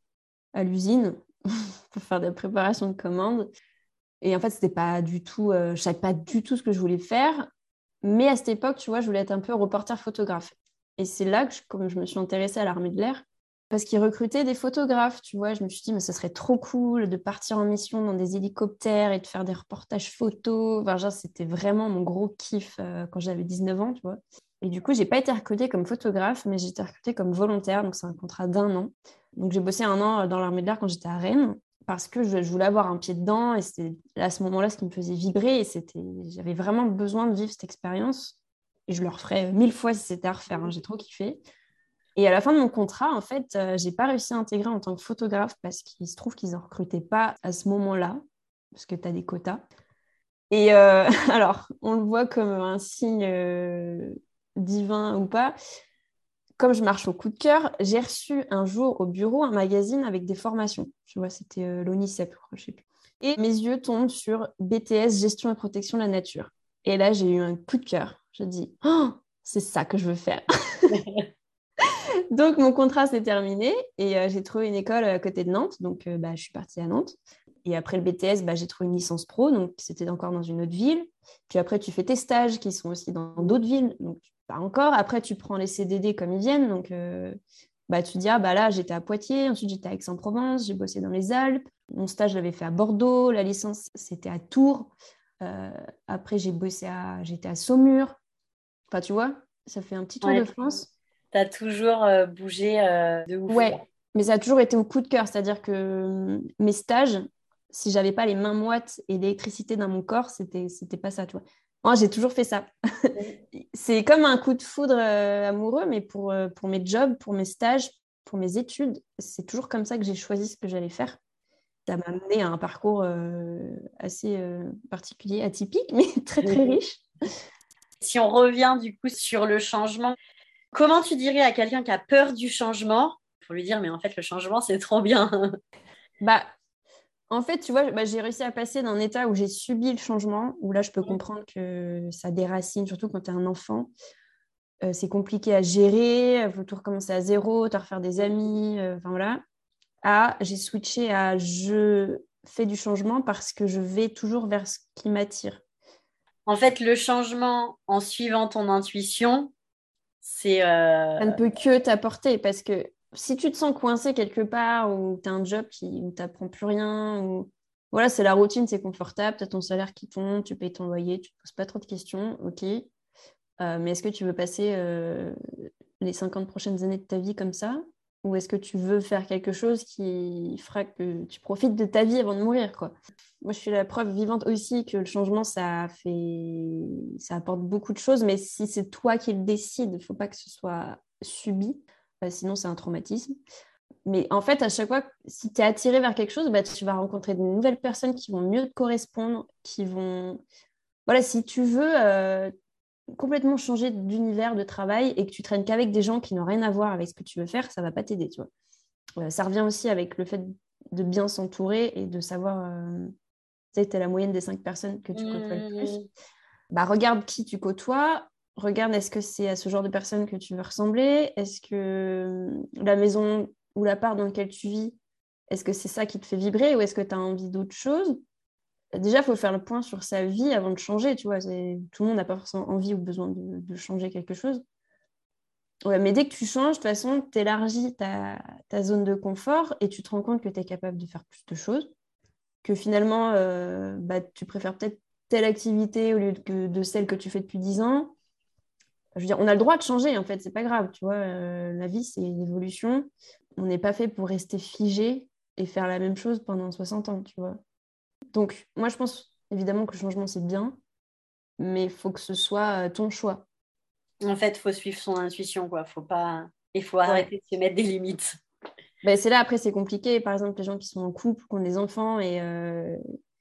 à l'usine pour faire de la préparation de commandes. Et en fait, c'était pas du tout, euh, je savais pas du tout ce que je voulais faire. Mais à cette époque, tu vois, je voulais être un peu reporter photographe. Et c'est là que, je, comme je me suis intéressée à l'armée de l'air, parce qu'ils recrutaient des photographes, tu vois. Je me suis dit, mais ce serait trop cool de partir en mission dans des hélicoptères et de faire des reportages photos. Enfin, genre, c'était vraiment mon gros kiff euh, quand j'avais dix-neuf ans, tu vois. Et du coup, j'ai pas été recrutée comme photographe, mais j'ai été recrutée comme volontaire. Donc, c'est un contrat d'un an. Donc, j'ai bossé un an dans l'armée de l'air quand j'étais à Rennes parce que je, je voulais avoir un pied dedans. Et c'était à ce moment-là ce qui me faisait vibrer. Et c'était, j'avais vraiment besoin de vivre cette expérience. Et je le referais mille fois si c'était à refaire. Hein. J'ai trop kiffé. Et à la fin de mon contrat, en fait, euh, j'ai pas réussi à intégrer en tant que photographe parce qu'il se trouve qu'ils en recrutaient pas à ce moment-là, parce que tu as des quotas. Et euh, alors, on le voit comme un signe euh, divin ou pas. Comme je marche au coup de cœur, j'ai reçu un jour au bureau un magazine avec des formations. Tu vois, c'était euh, l'ONICEP, je sais plus. Et mes yeux tombent sur B T S, Gestion et Protection de la Nature. Et là, j'ai eu un coup de cœur. Je dis, oh, c'est ça que je veux faire. Donc, mon contrat s'est terminé et euh, j'ai trouvé une école à côté de Nantes. Donc, euh, bah, je suis partie à Nantes. Et après le B T S, bah, j'ai trouvé une licence pro. Donc, c'était encore dans une autre ville. Puis après, tu fais tes stages qui sont aussi dans d'autres villes. Donc, pas encore. Après, tu prends les C D D comme ils viennent. Donc, euh, bah, tu dis, ah, bah là, j'étais à Poitiers. Ensuite, j'étais à Aix-en-Provence. J'ai bossé dans les Alpes. Mon stage, je l'avais fait à Bordeaux. La licence, c'était à Tours. Euh, après, j'ai bossé à... j'étais à Saumur. Enfin, tu vois, ça fait un petit tour Ouais, de France. t'as toujours euh, bougé euh, de ouf, Ouais, quoi. mais ça a toujours été au coup de cœur, c'est-à-dire que euh, mes stages, si j'avais pas les mains moites et l'électricité dans mon corps, c'était c'était pas ça, tu vois. Moi, j'ai toujours fait ça. C'est comme un coup de foudre euh, amoureux, mais pour, euh, pour mes jobs, pour mes stages, pour mes études, c'est toujours comme ça que j'ai choisi ce que j'allais faire. Ça m'a amené à un parcours euh, assez euh, particulier, atypique, mais très très riche. Si on revient du coup sur le changement, comment tu dirais à quelqu'un qui a peur du changement, pour lui dire, mais en fait, le changement, c'est trop bien. Bah, en fait, tu vois, bah, j'ai réussi à passer d'un état où j'ai subi le changement, où là, je peux comprendre que ça déracine, surtout quand tu es un enfant. Euh, c'est compliqué à gérer, il faut tout recommencer à zéro, te refaire des amis, euh, enfin voilà. À, j'ai switché à je fais du changement parce que je vais toujours vers ce qui m'attire. En fait, le changement en suivant ton intuition, c'est... Ça ne euh, peut que t'apporter parce que si tu te sens coincé quelque part ou tu as un job qui, où tu n'apprends plus rien, ou voilà, c'est la routine, c'est confortable, tu as ton salaire qui tombe, tu payes ton loyer, tu ne te poses pas trop de questions, ok. Euh, mais est-ce que tu veux passer euh, les cinquante prochaines années de ta vie comme ça? Ou est-ce que tu veux faire quelque chose qui fera que tu profites de ta vie avant de mourir, quoi? Moi, je suis la preuve vivante aussi que le changement, ça fait... ça apporte beaucoup de choses, mais si c'est toi qui le décides, il ne faut pas que ce soit subi, euh, sinon c'est un traumatisme. Mais en fait, à chaque fois, si tu es attiré vers quelque chose, bah, tu vas rencontrer de nouvelles personnes qui vont mieux te correspondre, qui vont... Voilà, si tu veux euh, complètement changer d'univers de travail et que tu traînes qu'avec des gens qui n'ont rien à voir avec ce que tu veux faire, ça va pas t'aider, tu vois. Euh, ça revient aussi avec le fait de bien s'entourer et de savoir, euh, tu sais, t'es la moyenne des cinq personnes que tu côtoies le plus. mmh, Bah, regarde qui tu côtoies, regarde est-ce que c'est à ce genre de personnes que tu veux ressembler, est-ce que euh, la maison ou l'appart dans lequel tu vis, est-ce que c'est ça qui te fait vibrer ou est-ce que tu as envie d'autre chose? Déjà, il faut faire le point sur sa vie avant de changer, tu vois. C'est... Tout le monde n'a pas forcément envie ou besoin de, de changer quelque chose. Ouais, mais dès que tu changes, de toute façon, tu élargis ta, ta zone de confort et tu te rends compte que tu es capable de faire plus de choses, que finalement, euh, bah, tu préfères peut-être telle activité au lieu de, de celle que tu fais depuis dix ans. Je veux dire, on a le droit de changer, en fait, c'est pas grave, tu vois. Euh, la vie, c'est une évolution. On n'est pas fait pour rester figé et faire la même chose pendant soixante ans, tu vois. Donc, moi, je pense évidemment que le changement, c'est bien, mais il faut que ce soit euh, ton choix. en fait, faut suivre son intuition, quoi. Faut pas... Il faut Ouais. arrêter de se mettre des limites. Ben, c'est là, après, c'est compliqué. Par exemple, les gens qui sont en couple, qui ont des enfants, et euh,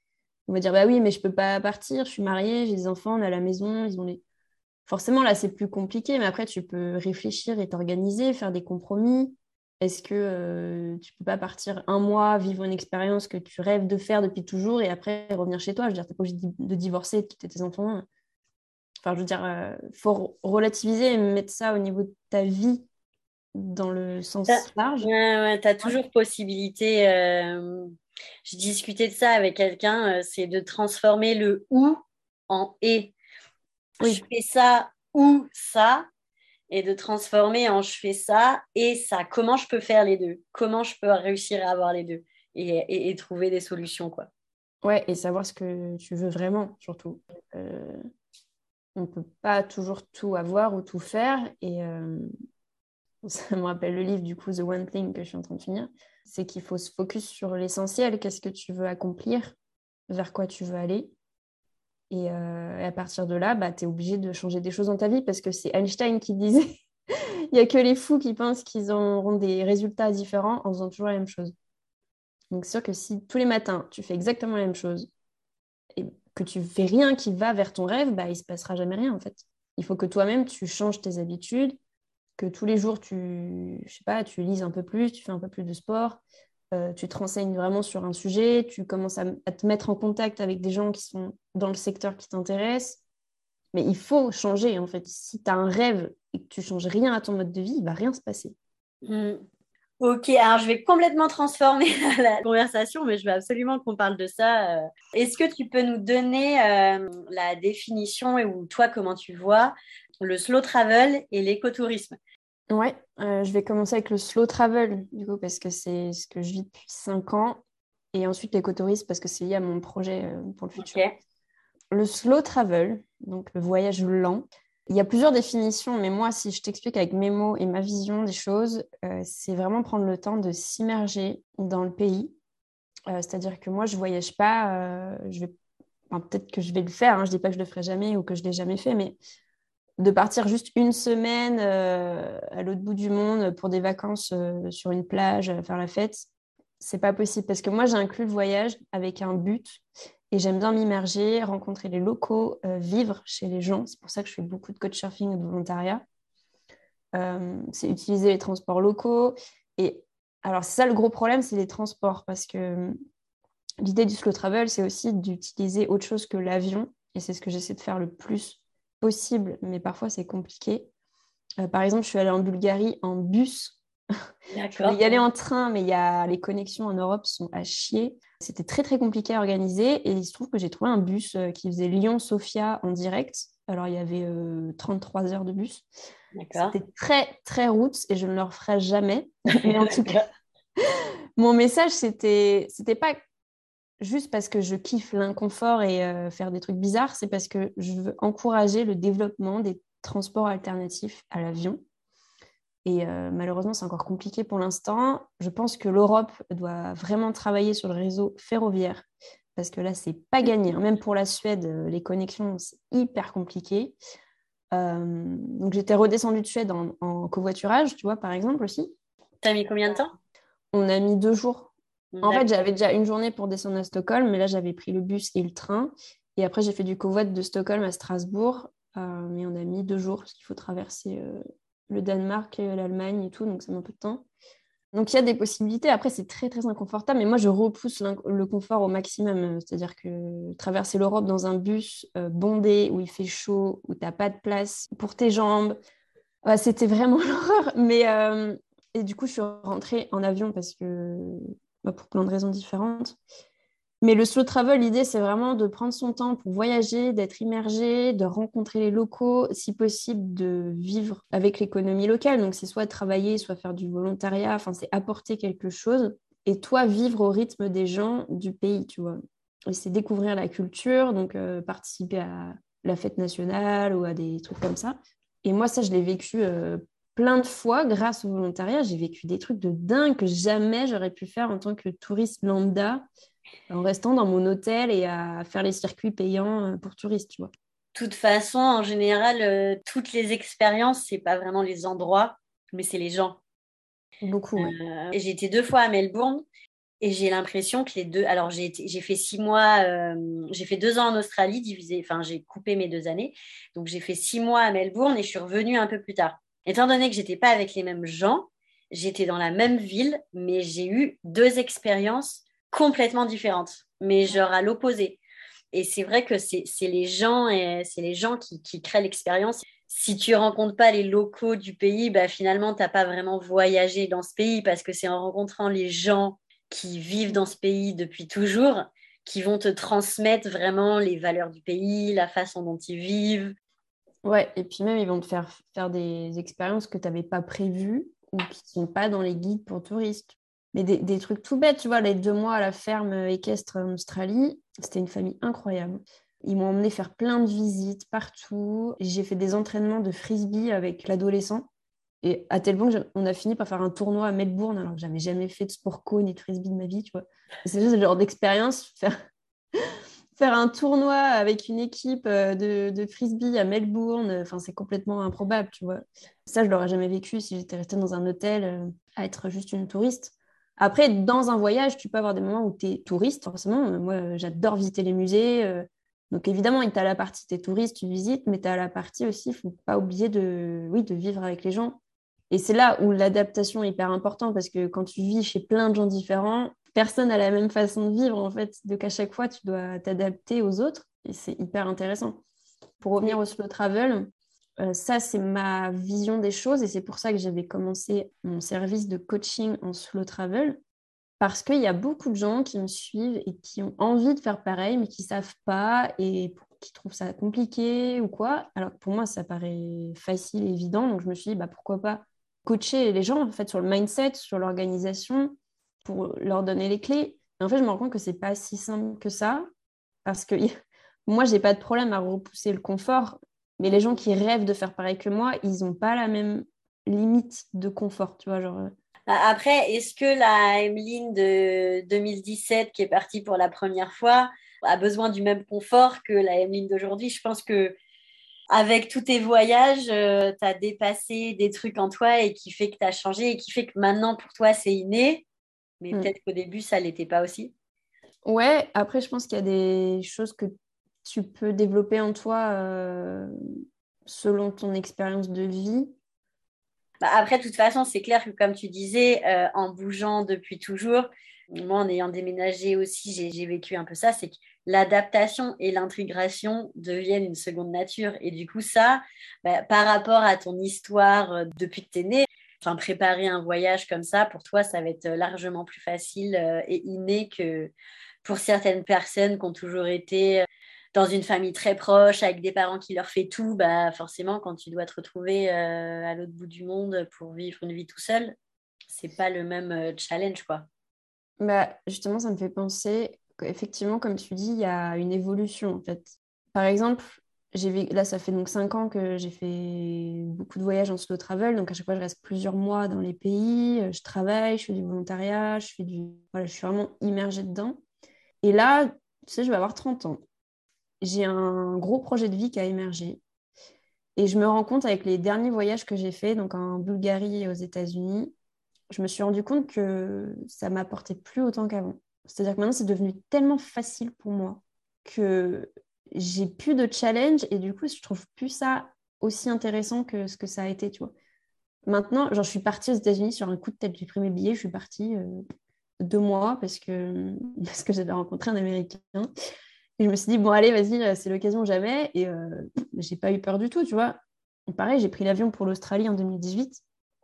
on va dire, bah oui, mais je peux pas partir, je suis mariée, j'ai des enfants, on est à la maison, ils ont les... Forcément, là, c'est plus compliqué, mais après, tu peux réfléchir et t'organiser, faire des compromis. Est-ce que euh, tu peux pas partir un mois, vivre une expérience que tu rêves de faire depuis toujours, et après revenir chez toi? Je veux dire, t'es pas obligé de de divorcer, de quitter tes enfants. Enfin, je veux dire, euh, faut relativiser et mettre ça au niveau de ta vie dans le T'as, sens large. ouais, ouais, t'as Ouais. toujours possibilité. euh, Je discutais de ça avec quelqu'un, euh, c'est de transformer le ou en et. Je Oui, fais ça ou ça. et de transformer en je fais ça et ça. Comment je peux faire les deux? Comment je peux réussir à avoir les deux et, et, et trouver des solutions, quoi. Ouais, et savoir ce que tu veux vraiment, surtout. Euh, on ne peut pas toujours tout avoir ou tout faire. Et euh, ça me rappelle le livre, du coup, The One Thing que je suis en train de finir. C'est qu'il faut se focus sur l'essentiel. Qu'est-ce que tu veux accomplir? Vers quoi tu veux aller? Et, euh, et à partir de là, bah, tu es obligé de changer des choses dans ta vie parce que c'est Einstein qui disait il n'y a que les fous qui pensent qu'ils auront des résultats différents en faisant toujours la même chose. Donc, c'est sûr que si tous les matins, tu fais exactement la même chose et que tu fais rien qui va vers ton rêve, bah, il ne se passera jamais rien, en fait. Il faut que toi-même, tu changes tes habitudes, que tous les jours, tu, je sais pas, tu lises un peu plus, tu fais un peu plus de sport, euh, tu te renseignes vraiment sur un sujet, tu commences à, à te mettre en contact avec des gens qui sont dans le secteur qui t'intéresse. Mais il faut changer, en fait. Si tu as un rêve et que tu changes rien à ton mode de vie, il ne va rien se passer. Mmh. Ok, alors je vais complètement transformer la conversation, mais je veux absolument qu'on parle de ça. Est-ce que tu peux nous donner euh, la définition et ou toi, comment tu vois le slow travel et l'écotourisme? Ouais, euh, je vais commencer avec le slow travel, du coup, parce que c'est ce que je vis depuis cinq ans. Et ensuite l'écotourisme, parce que c'est lié à mon projet euh, pour le futur. Okay. Le slow travel, donc le voyage lent, il y a plusieurs définitions, mais moi, si je t'explique avec mes mots et ma vision des choses, euh, c'est vraiment prendre le temps de s'immerger dans le pays. Euh, c'est-à-dire que moi, je ne voyage pas, euh, je vais... enfin, peut-être que je vais le faire, hein, je ne dis pas que je ne le ferai jamais ou que je ne l'ai jamais fait, mais de partir juste une semaine euh, à l'autre bout du monde pour des vacances euh, sur une plage, à faire la fête, c'est pas possible parce que moi, j'ai inclus le voyage avec un but. Et j'aime bien m'immerger, rencontrer les locaux, euh, vivre chez les gens. C'est pour ça que je fais beaucoup de couchsurfing et de volontariat. Euh, c'est utiliser les transports locaux. Et alors, c'est ça le gros problème, c'est les transports. Parce que euh, l'idée du slow travel, c'est aussi d'utiliser autre chose que l'avion. Et c'est ce que j'essaie de faire le plus possible. Mais parfois, c'est compliqué. Euh, par exemple, je suis allée en Bulgarie en bus. Je voulais y aller en train, mais y a... les connexions en Europe sont à chier. C'était très, très compliqué à organiser. Et il se trouve que j'ai trouvé un bus euh, qui faisait Lyon-Sofia en direct. Alors, il y avait euh, trente-trois heures de bus. D'accord. C'était très, très route et je ne le referai jamais. Mais en tout cas, mon message, c'était, c'était pas juste parce que je kiffe l'inconfort et euh, faire des trucs bizarres. C'est parce que je veux encourager le développement des transports alternatifs à l'avion. Et euh, malheureusement, c'est encore compliqué pour l'instant. Je pense que l'Europe doit vraiment travailler sur le réseau ferroviaire parce que là, c'est pas gagné. Même pour la Suède, euh, les connexions, c'est hyper compliqué. Euh, donc, j'étais redescendue de Suède en, en covoiturage, tu vois, par exemple, aussi. T'as mis combien de temps? On a mis deux jours. En D'accord. fait, j'avais déjà une journée pour descendre à Stockholm, mais là, j'avais pris le bus et le train. Et après, j'ai fait du covoit de Stockholm à Strasbourg. Euh, mais on a mis deux jours parce qu'il faut traverser... Euh, le Danemark, l'Allemagne et tout, donc ça met un peu de temps. Donc il y a des possibilités. Après, c'est très, très inconfortable, mais moi, je repousse le confort au maximum. C'est-à-dire que traverser l'Europe dans un bus euh, bondé, où il fait chaud, où tu n'as pas de place pour tes jambes, euh, c'était vraiment l'horreur. Mais, euh, et du coup, je suis rentrée en avion parce que, bah, pour plein de raisons différentes. Mais le slow travel, l'idée, c'est vraiment de prendre son temps pour voyager, d'être immergé, de rencontrer les locaux, si possible, de vivre avec l'économie locale. Donc, c'est soit travailler, soit faire du volontariat. Enfin, c'est apporter quelque chose. Et toi, vivre au rythme des gens du pays, tu vois. Et c'est découvrir la culture, donc euh, participer à la fête nationale ou à des trucs comme ça. Et moi, ça, je l'ai vécu euh, plein de fois grâce au volontariat. J'ai vécu des trucs de dingue que jamais j'aurais pu faire en tant que touriste lambda, en restant dans mon hôtel et à faire les circuits payants pour touristes, tu vois. De toute façon, en général, euh, toutes les expériences, c'est pas vraiment les endroits, mais c'est les gens. Beaucoup, ouais. Euh, j'ai été deux fois à Melbourne et j'ai l'impression que les deux... Alors, j'ai, été... j'ai fait six mois, euh... j'ai fait deux ans en Australie, divisé... enfin, j'ai coupé mes deux années. Donc, j'ai fait six mois à Melbourne et je suis revenue un peu plus tard. Étant donné que j'étais pas avec les mêmes gens, j'étais dans la même ville, mais j'ai eu deux expériences complètement différentes, mais genre à l'opposé. Et c'est vrai que c'est, c'est les gens, et c'est les gens qui, qui créent l'expérience. Si tu rencontres pas les locaux du pays, bah finalement, tu n'as pas vraiment voyagé dans ce pays parce que c'est en rencontrant les gens qui vivent dans ce pays depuis toujours qui vont te transmettre vraiment les valeurs du pays, la façon dont ils vivent. Ouais, et puis même, ils vont te faire faire des expériences que tu n'avais pas prévues ou qui ne sont pas dans les guides pour touristes. Mais des, des trucs tout bêtes, tu vois, les deux mois à la ferme équestre en Australie, c'était une famille incroyable. Ils m'ont emmené faire plein de visites partout. J'ai fait des entraînements de frisbee avec l'adolescent. Et à tel point qu'on a fini par faire un tournoi à Melbourne, alors que j'avais jamais fait de sport co ni de frisbee de ma vie, tu vois. Et c'est juste le genre d'expérience, faire faire un tournoi avec une équipe euh, de, de frisbee à Melbourne, enfin, c'est complètement improbable, tu vois. Ça, je l'aurais jamais vécu si j'étais restée dans un hôtel euh, à être juste une touriste. Après, dans un voyage, tu peux avoir des moments où tu es touriste, forcément. Euh, Moi, euh, j'adore visiter les musées. euh, Donc, évidemment, tu as la partie, tu es touriste, tu visites, mais tu as la partie aussi, il ne faut pas oublier de, oui, de vivre avec les gens. Et c'est là où l'adaptation est hyper importante parce que quand tu vis chez plein de gens différents, personne n'a la même façon de vivre en fait. Donc à chaque fois, tu dois t'adapter aux autres et c'est hyper intéressant. Pour revenir au slow travel, euh, ça c'est ma vision des choses et c'est pour ça que j'avais commencé mon service de coaching en slow travel parce qu'il y a beaucoup de gens qui me suivent et qui ont envie de faire pareil mais qui ne savent pas et qui trouvent ça compliqué ou quoi. Alors que pour moi, ça paraît facile et évident. Donc je me suis dit, bah, pourquoi pas coacher les gens en fait sur le mindset, sur l'organisation, pour leur donner les clés. Et en fait, je me rends compte que c'est pas si simple que ça, parce que moi, j'ai pas de problème à repousser le confort, mais les gens qui rêvent de faire pareil que moi, ils ont pas la même limite de confort, tu vois, genre. euh, Après, est-ce que la Emeline de deux mille dix-sept, qui est partie pour la première fois, a besoin du même confort que la Emeline d'aujourd'hui? Je pense que avec tous tes voyages, euh, tu as dépassé des trucs en toi et qui fait que tu as changé et qui fait que maintenant, pour toi, c'est inné. Mais hmm. peut-être qu'au début, ça ne l'était pas aussi. Ouais, après, je pense qu'il y a des choses que tu peux développer en toi euh, selon ton expérience de vie. Bah, après, de toute façon, c'est clair que comme tu disais, euh, en bougeant depuis toujours, moi, en ayant déménagé aussi, j'ai, j'ai vécu un peu ça, c'est que l'adaptation et l'intégration deviennent une seconde nature. Et du coup, ça, bah, par rapport à ton histoire euh, depuis que tu es né, enfin, préparer un voyage comme ça, pour toi, ça va être largement plus facile euh, et inné que pour certaines personnes qui ont toujours été dans une famille très proche, avec des parents qui leur fait tout, bah forcément, quand tu dois te retrouver euh, à l'autre bout du monde pour vivre une vie tout seul, c'est pas le même euh, challenge, quoi. Bah, justement, ça me fait penser qu'effectivement, comme tu dis, il y a une évolution en fait. Par exemple, j'ai vé- là, ça fait donc cinq ans que j'ai fait beaucoup de voyages en slow travel. Donc, à chaque fois, je reste plusieurs mois dans les pays. euh, Je travaille, je fais du volontariat, je fais du... Voilà, je suis vraiment immergée dedans. Et là, tu sais, je vais avoir trente ans. J'ai un gros projet de vie qui a émergé. Et je me rends compte avec les derniers voyages que j'ai faits, donc en Bulgarie et aux États-Unis, je me suis rendu compte que ça m'apportait plus autant qu'avant. C'est-à-dire que maintenant, c'est devenu tellement facile pour moi que j'ai plus de challenge et du coup, je trouve plus ça aussi intéressant que ce que ça a été, tu vois. Maintenant, genre, je suis partie aux États-Unis sur un coup de tête. J'ai pris mes billets, je suis partie euh, deux mois parce que, parce que j'avais rencontré un Américain. Et je me suis dit, bon, allez, vas-y, euh, c'est l'occasion ou jamais. Et euh, j'ai pas eu peur du tout, tu vois. Et pareil, j'ai pris l'avion pour l'Australie en deux mille dix-huit.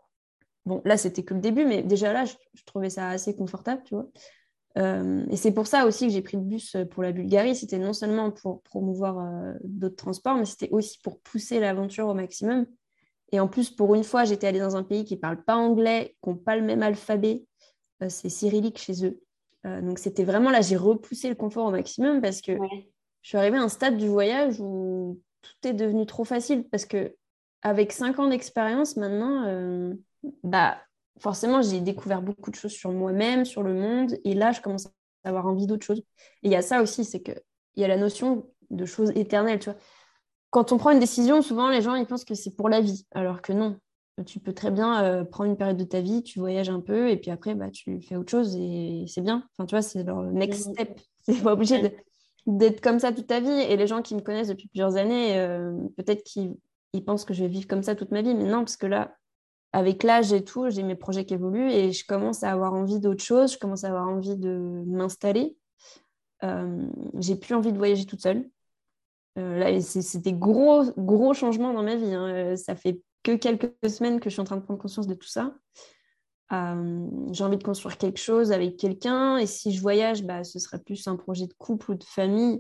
Bon, là, c'était que le début, mais déjà là, je, je trouvais ça assez confortable, tu vois. Euh, et c'est pour ça aussi que j'ai pris le bus pour la Bulgarie. C'était non seulement pour promouvoir euh, d'autres transports, mais c'était aussi pour pousser l'aventure au maximum. Et en plus, pour une fois, j'étais allée dans un pays qui ne parle pas anglais, qui n'a pas le même alphabet. Euh, c'est cyrillique chez eux. Euh, donc c'était vraiment là, j'ai repoussé le confort au maximum parce que Ouais. je suis arrivée à un stade du voyage où tout est devenu trop facile. Parce que avec cinq ans d'expérience maintenant, euh, bah, forcément, j'ai découvert beaucoup de choses sur moi-même, sur le monde. Et là, je commence à avoir envie d'autre chose. Et il y a ça aussi, c'est qu'il y a la notion de choses éternelles, tu vois. Quand on prend une décision, souvent les gens ils pensent que c'est pour la vie, alors que non. Tu peux très bien euh, prendre une période de ta vie, tu voyages un peu et puis après bah, tu fais autre chose et c'est bien. Enfin, tu vois, c'est leur next Mhm. step. C'est pas obligé de- d'être comme ça toute ta vie. Et les gens qui me connaissent depuis plusieurs années, euh, peut-être qu'ils ils pensent que je vais vivre comme ça toute ma vie, mais non, parce que là, avec l'âge et tout, j'ai mes projets qui évoluent et je commence à avoir envie d'autre chose, je commence à avoir envie de m'installer. Euh, j'ai plus envie de voyager toute seule. Euh, là, c'est c'est des gros, gros changements dans ma vie, hein. Euh, Ça fait que quelques semaines que je suis en train de prendre conscience de tout ça. Euh, j'ai envie de construire quelque chose avec quelqu'un. Et si je voyage, bah, ce sera plus un projet de couple ou de famille.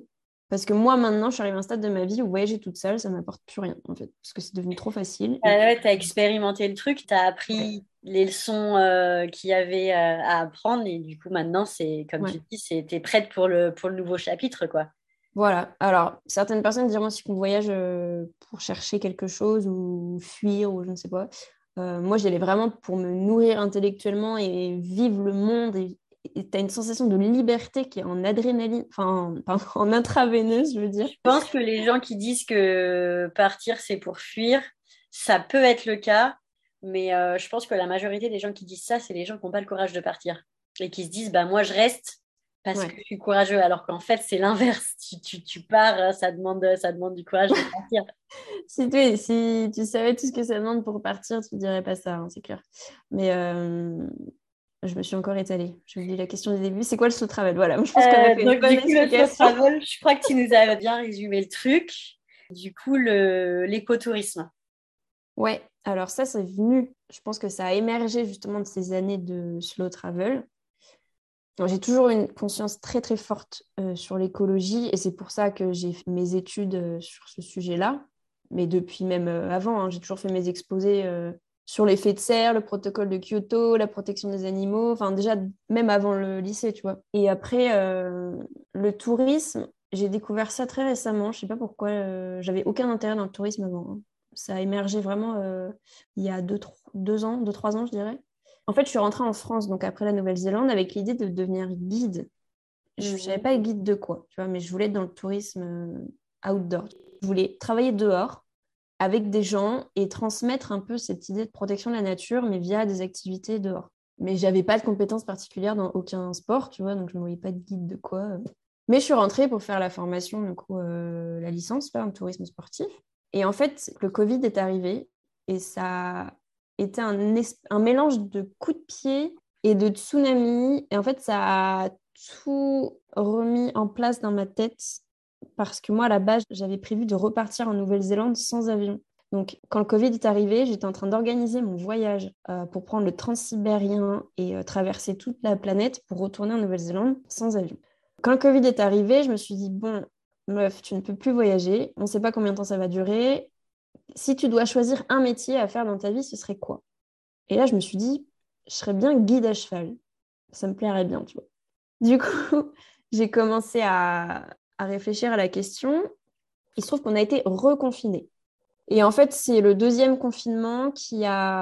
Parce que moi, maintenant, je suis arrivée à un stade de ma vie où voyager toute seule, ça ne m'apporte plus rien, en fait, parce que c'est devenu trop facile. Euh, Et... ouais, tu as expérimenté le truc, tu as appris Ouais. les leçons euh, qu'il y avait euh, à apprendre et du coup maintenant, c'est comme tu Ouais. dis, tu es prête pour le, pour le nouveau chapitre, quoi. Voilà. Alors, certaines personnes diront aussi qu'on voyage euh, pour chercher quelque chose ou fuir ou je ne sais pas. Euh, moi, j'y allais vraiment pour me nourrir intellectuellement et vivre le monde. Et tu as une sensation de liberté qui est en adrénaline, enfin, pardon, en intraveineuse, je veux dire. Je pense que les gens qui disent que partir, c'est pour fuir, ça peut être le cas, mais euh, je pense que la majorité des gens qui disent ça, c'est les gens qui n'ont pas le courage de partir et qui se disent, bah moi, je reste parce que Ouais. je suis courageux, alors qu'en fait, c'est l'inverse. Tu, tu, tu pars, ça demande, ça demande du courage de partir. Si tu, si tu savais tout ce que ça demande pour partir, tu ne dirais pas ça, hein, c'est clair. Mais euh, je me suis encore étalée. J'ai oublié la question du début. C'est quoi le slow travel? Voilà, je pense qu'on a Euh, fait une donc, bonne du coup, le slow explication. travel, je crois que tu nous as bien résumé le truc. Du coup, le, l'écotourisme. Ouais, alors ça, c'est venu. Je pense que ça a émergé justement de ces années de slow travel. Alors, j'ai toujours une conscience très très forte euh, sur l'écologie et c'est pour ça que j'ai fait mes études euh, sur ce sujet-là. Mais depuis même euh, avant, hein, j'ai toujours fait mes exposés euh, sur l'effet de serre, le protocole de Kyoto, la protection des animaux, enfin déjà même avant le lycée, tu vois. Et après, euh, le tourisme, j'ai découvert ça très récemment. Je sais pas pourquoi, euh, j'avais aucun intérêt dans le tourisme avant, hein. Ça a émergé vraiment euh, il y a deux, trois- deux ans, deux, trois ans, je dirais. En fait, je suis rentrée en France, donc après la Nouvelle-Zélande, avec l'idée de devenir guide. Je ne savais Mhm. pas guide de quoi, tu vois, mais je voulais être dans le tourisme euh, outdoor. Je voulais travailler dehors avec des gens et transmettre un peu cette idée de protection de la nature, mais via des activités dehors. Mais j'avais pas de compétences particulières dans aucun sport, tu vois, donc je ne voyais pas de guide de quoi. Mais je suis rentrée pour faire la formation, du coup, euh, la licence là, en tourisme sportif. Et en fait, le Covid est arrivé et ça a été un, es- un mélange de coups de pied et de tsunami. Et en fait, ça a tout remis en place dans ma tête parce que moi, à la base, j'avais prévu de repartir en Nouvelle-Zélande sans avion. Donc, quand le Covid est arrivé, j'étais en train d'organiser mon voyage euh, pour prendre le transsibérien et euh, traverser toute la planète pour retourner en Nouvelle-Zélande sans avion. Quand le Covid est arrivé, je me suis dit, bon, meuf, tu ne peux plus voyager, on ne sait pas combien de temps ça va durer. Si tu dois choisir un métier à faire dans ta vie, ce serait quoi? Et là, je me suis dit, je serais bien guide à cheval. Ça me plairait bien, tu vois. Du coup, j'ai commencé à, à réfléchir à la question. Il se trouve qu'on a été reconfinés. Et en fait, c'est le deuxième confinement qui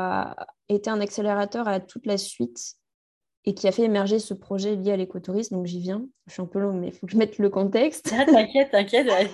a été un accélérateur à toute la suite et qui a fait émerger ce projet lié à l'écotourisme. Donc, j'y viens. Je suis un peu longue, mais il faut que je mette le contexte. Ah, t'inquiète, t'inquiète, vas-y.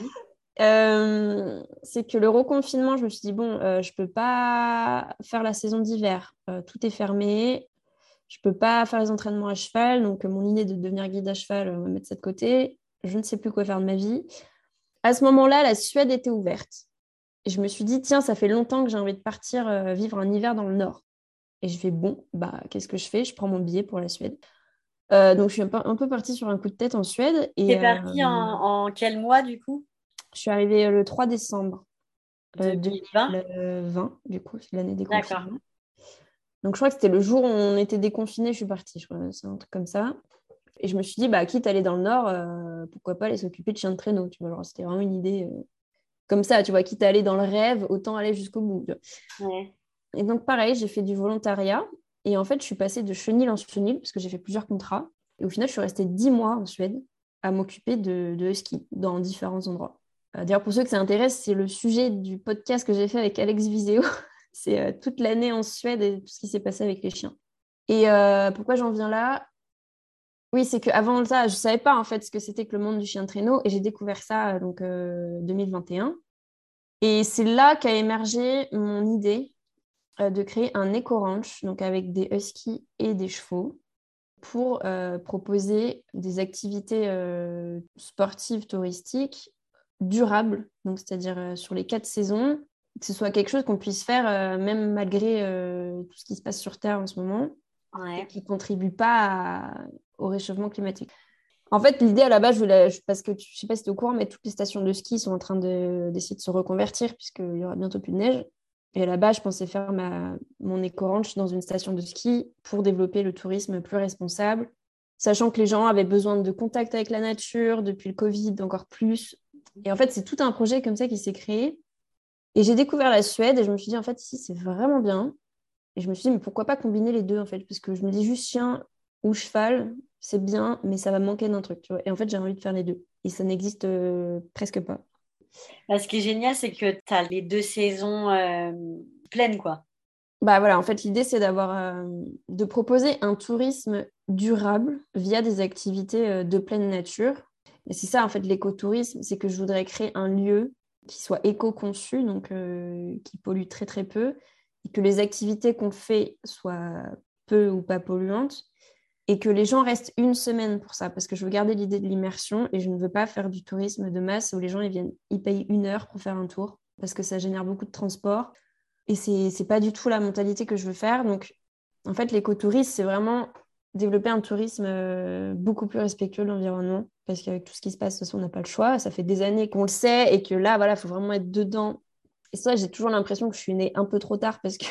Euh, c'est que le reconfinement, je me suis dit, bon, euh, je ne peux pas faire la saison d'hiver. Euh, tout est fermé. Je ne peux pas faire les entraînements à cheval. Donc, euh, mon idée de devenir guide à cheval, euh, on va mettre ça de côté. Je ne sais plus quoi faire de ma vie. À ce moment-là, la Suède était ouverte. Et je me suis dit, tiens, ça fait longtemps que j'ai envie de partir euh, vivre un hiver dans le Nord. Et je fais, bon, bah, qu'est-ce que je fais? Je prends mon billet pour la Suède. Euh, donc, je suis un peu, un peu partie sur un coup de tête en Suède. T'es Et euh, partie en, en quel mois du coup? je suis arrivée euh, le trois décembre euh, deux mille vingt. deux mille vingt, du coup, c'est l'année des D'accord. confinements. Donc, je crois que c'était le jour où on était déconfinés, je suis partie, je crois, c'est un truc comme ça. Et je me suis dit, bah, quitte à aller dans le Nord, euh, pourquoi pas aller s'occuper de chiens de traîneau, tu vois. Alors, c'était vraiment une idée euh, comme ça, tu vois, quitte à aller dans le rêve, autant aller jusqu'au bout, tu vois. Ouais. Et donc, pareil, j'ai fait du volontariat. Et en fait, je suis passée de chenil en chenil, parce que j'ai fait plusieurs contrats. Et au final, je suis restée dix mois en Suède à m'occuper de, de husky dans différents endroits. Euh, D'ailleurs, pour ceux que ça intéresse, c'est le sujet du podcast que j'ai fait avec Alex Viseo. C'est euh, toute l'année en Suède et tout ce qui s'est passé avec les chiens. Et euh, pourquoi j'en viens là? Oui, c'est qu'avant ça, je ne savais pas en fait ce que c'était que le monde du chien de traîneau. Et j'ai découvert ça euh, donc euh, deux mille vingt et un. Et c'est là qu'a émergé mon idée euh, de créer un éco-ranch, donc avec des huskies et des chevaux, pour euh, proposer des activités euh, sportives touristiques durables, donc c'est-à-dire euh, sur les quatre saisons, que ce soit quelque chose qu'on puisse faire euh, même malgré euh, tout ce qui se passe sur Terre en ce moment et Ouais. qui ne contribue pas à- au réchauffement climatique. En fait, l'idée à la base, je voulais, je- parce que tu- je ne sais pas si tu es au courant, mais toutes les stations de ski sont en train de- d'essayer de se reconvertir puisqu'il y aura bientôt plus de neige. Et à la base, je pensais faire ma, mon éco-ranch dans une station de ski pour développer le tourisme plus responsable, sachant que les gens avaient besoin de contact avec la nature depuis le Covid, encore plus. Et en fait, c'est tout un projet comme ça qui s'est créé. Et j'ai découvert la Suède et je me suis dit, en fait, ici, c'est vraiment bien. Et je me suis dit, mais pourquoi pas combiner les deux, en fait? Parce que je me dis juste chien ou cheval, c'est bien, mais ça va manquer d'un truc, tu vois. Et en fait, j'ai envie de faire les deux. Et ça n'existe euh, presque pas. Bah, ce qui est génial, c'est que tu as les deux saisons euh, pleines, quoi. Bah voilà, en fait, l'idée, c'est d'avoir, euh, de proposer un tourisme durable via des activités euh, de pleine nature. Et c'est ça, en fait, l'écotourisme, c'est que je voudrais créer un lieu qui soit éco-conçu, donc euh, qui pollue très très peu, et que les activités qu'on fait soient peu ou pas polluantes, et que les gens restent une semaine pour ça, parce que je veux garder l'idée de l'immersion, et je ne veux pas faire du tourisme de masse où les gens ils viennent, ils payent une heure pour faire un tour, parce que ça génère beaucoup de transport. Et c'est, c'est pas du tout la mentalité que je veux faire. Donc, en fait, l'écotourisme, c'est vraiment développer un tourisme euh, beaucoup plus respectueux de l'environnement. Parce qu'avec tout ce qui se passe, de toute façon, on n'a pas le choix. Ça fait des années qu'on le sait et que là, voilà, il faut vraiment être dedans. Et ça, j'ai toujours l'impression que je suis née un peu trop tard parce que,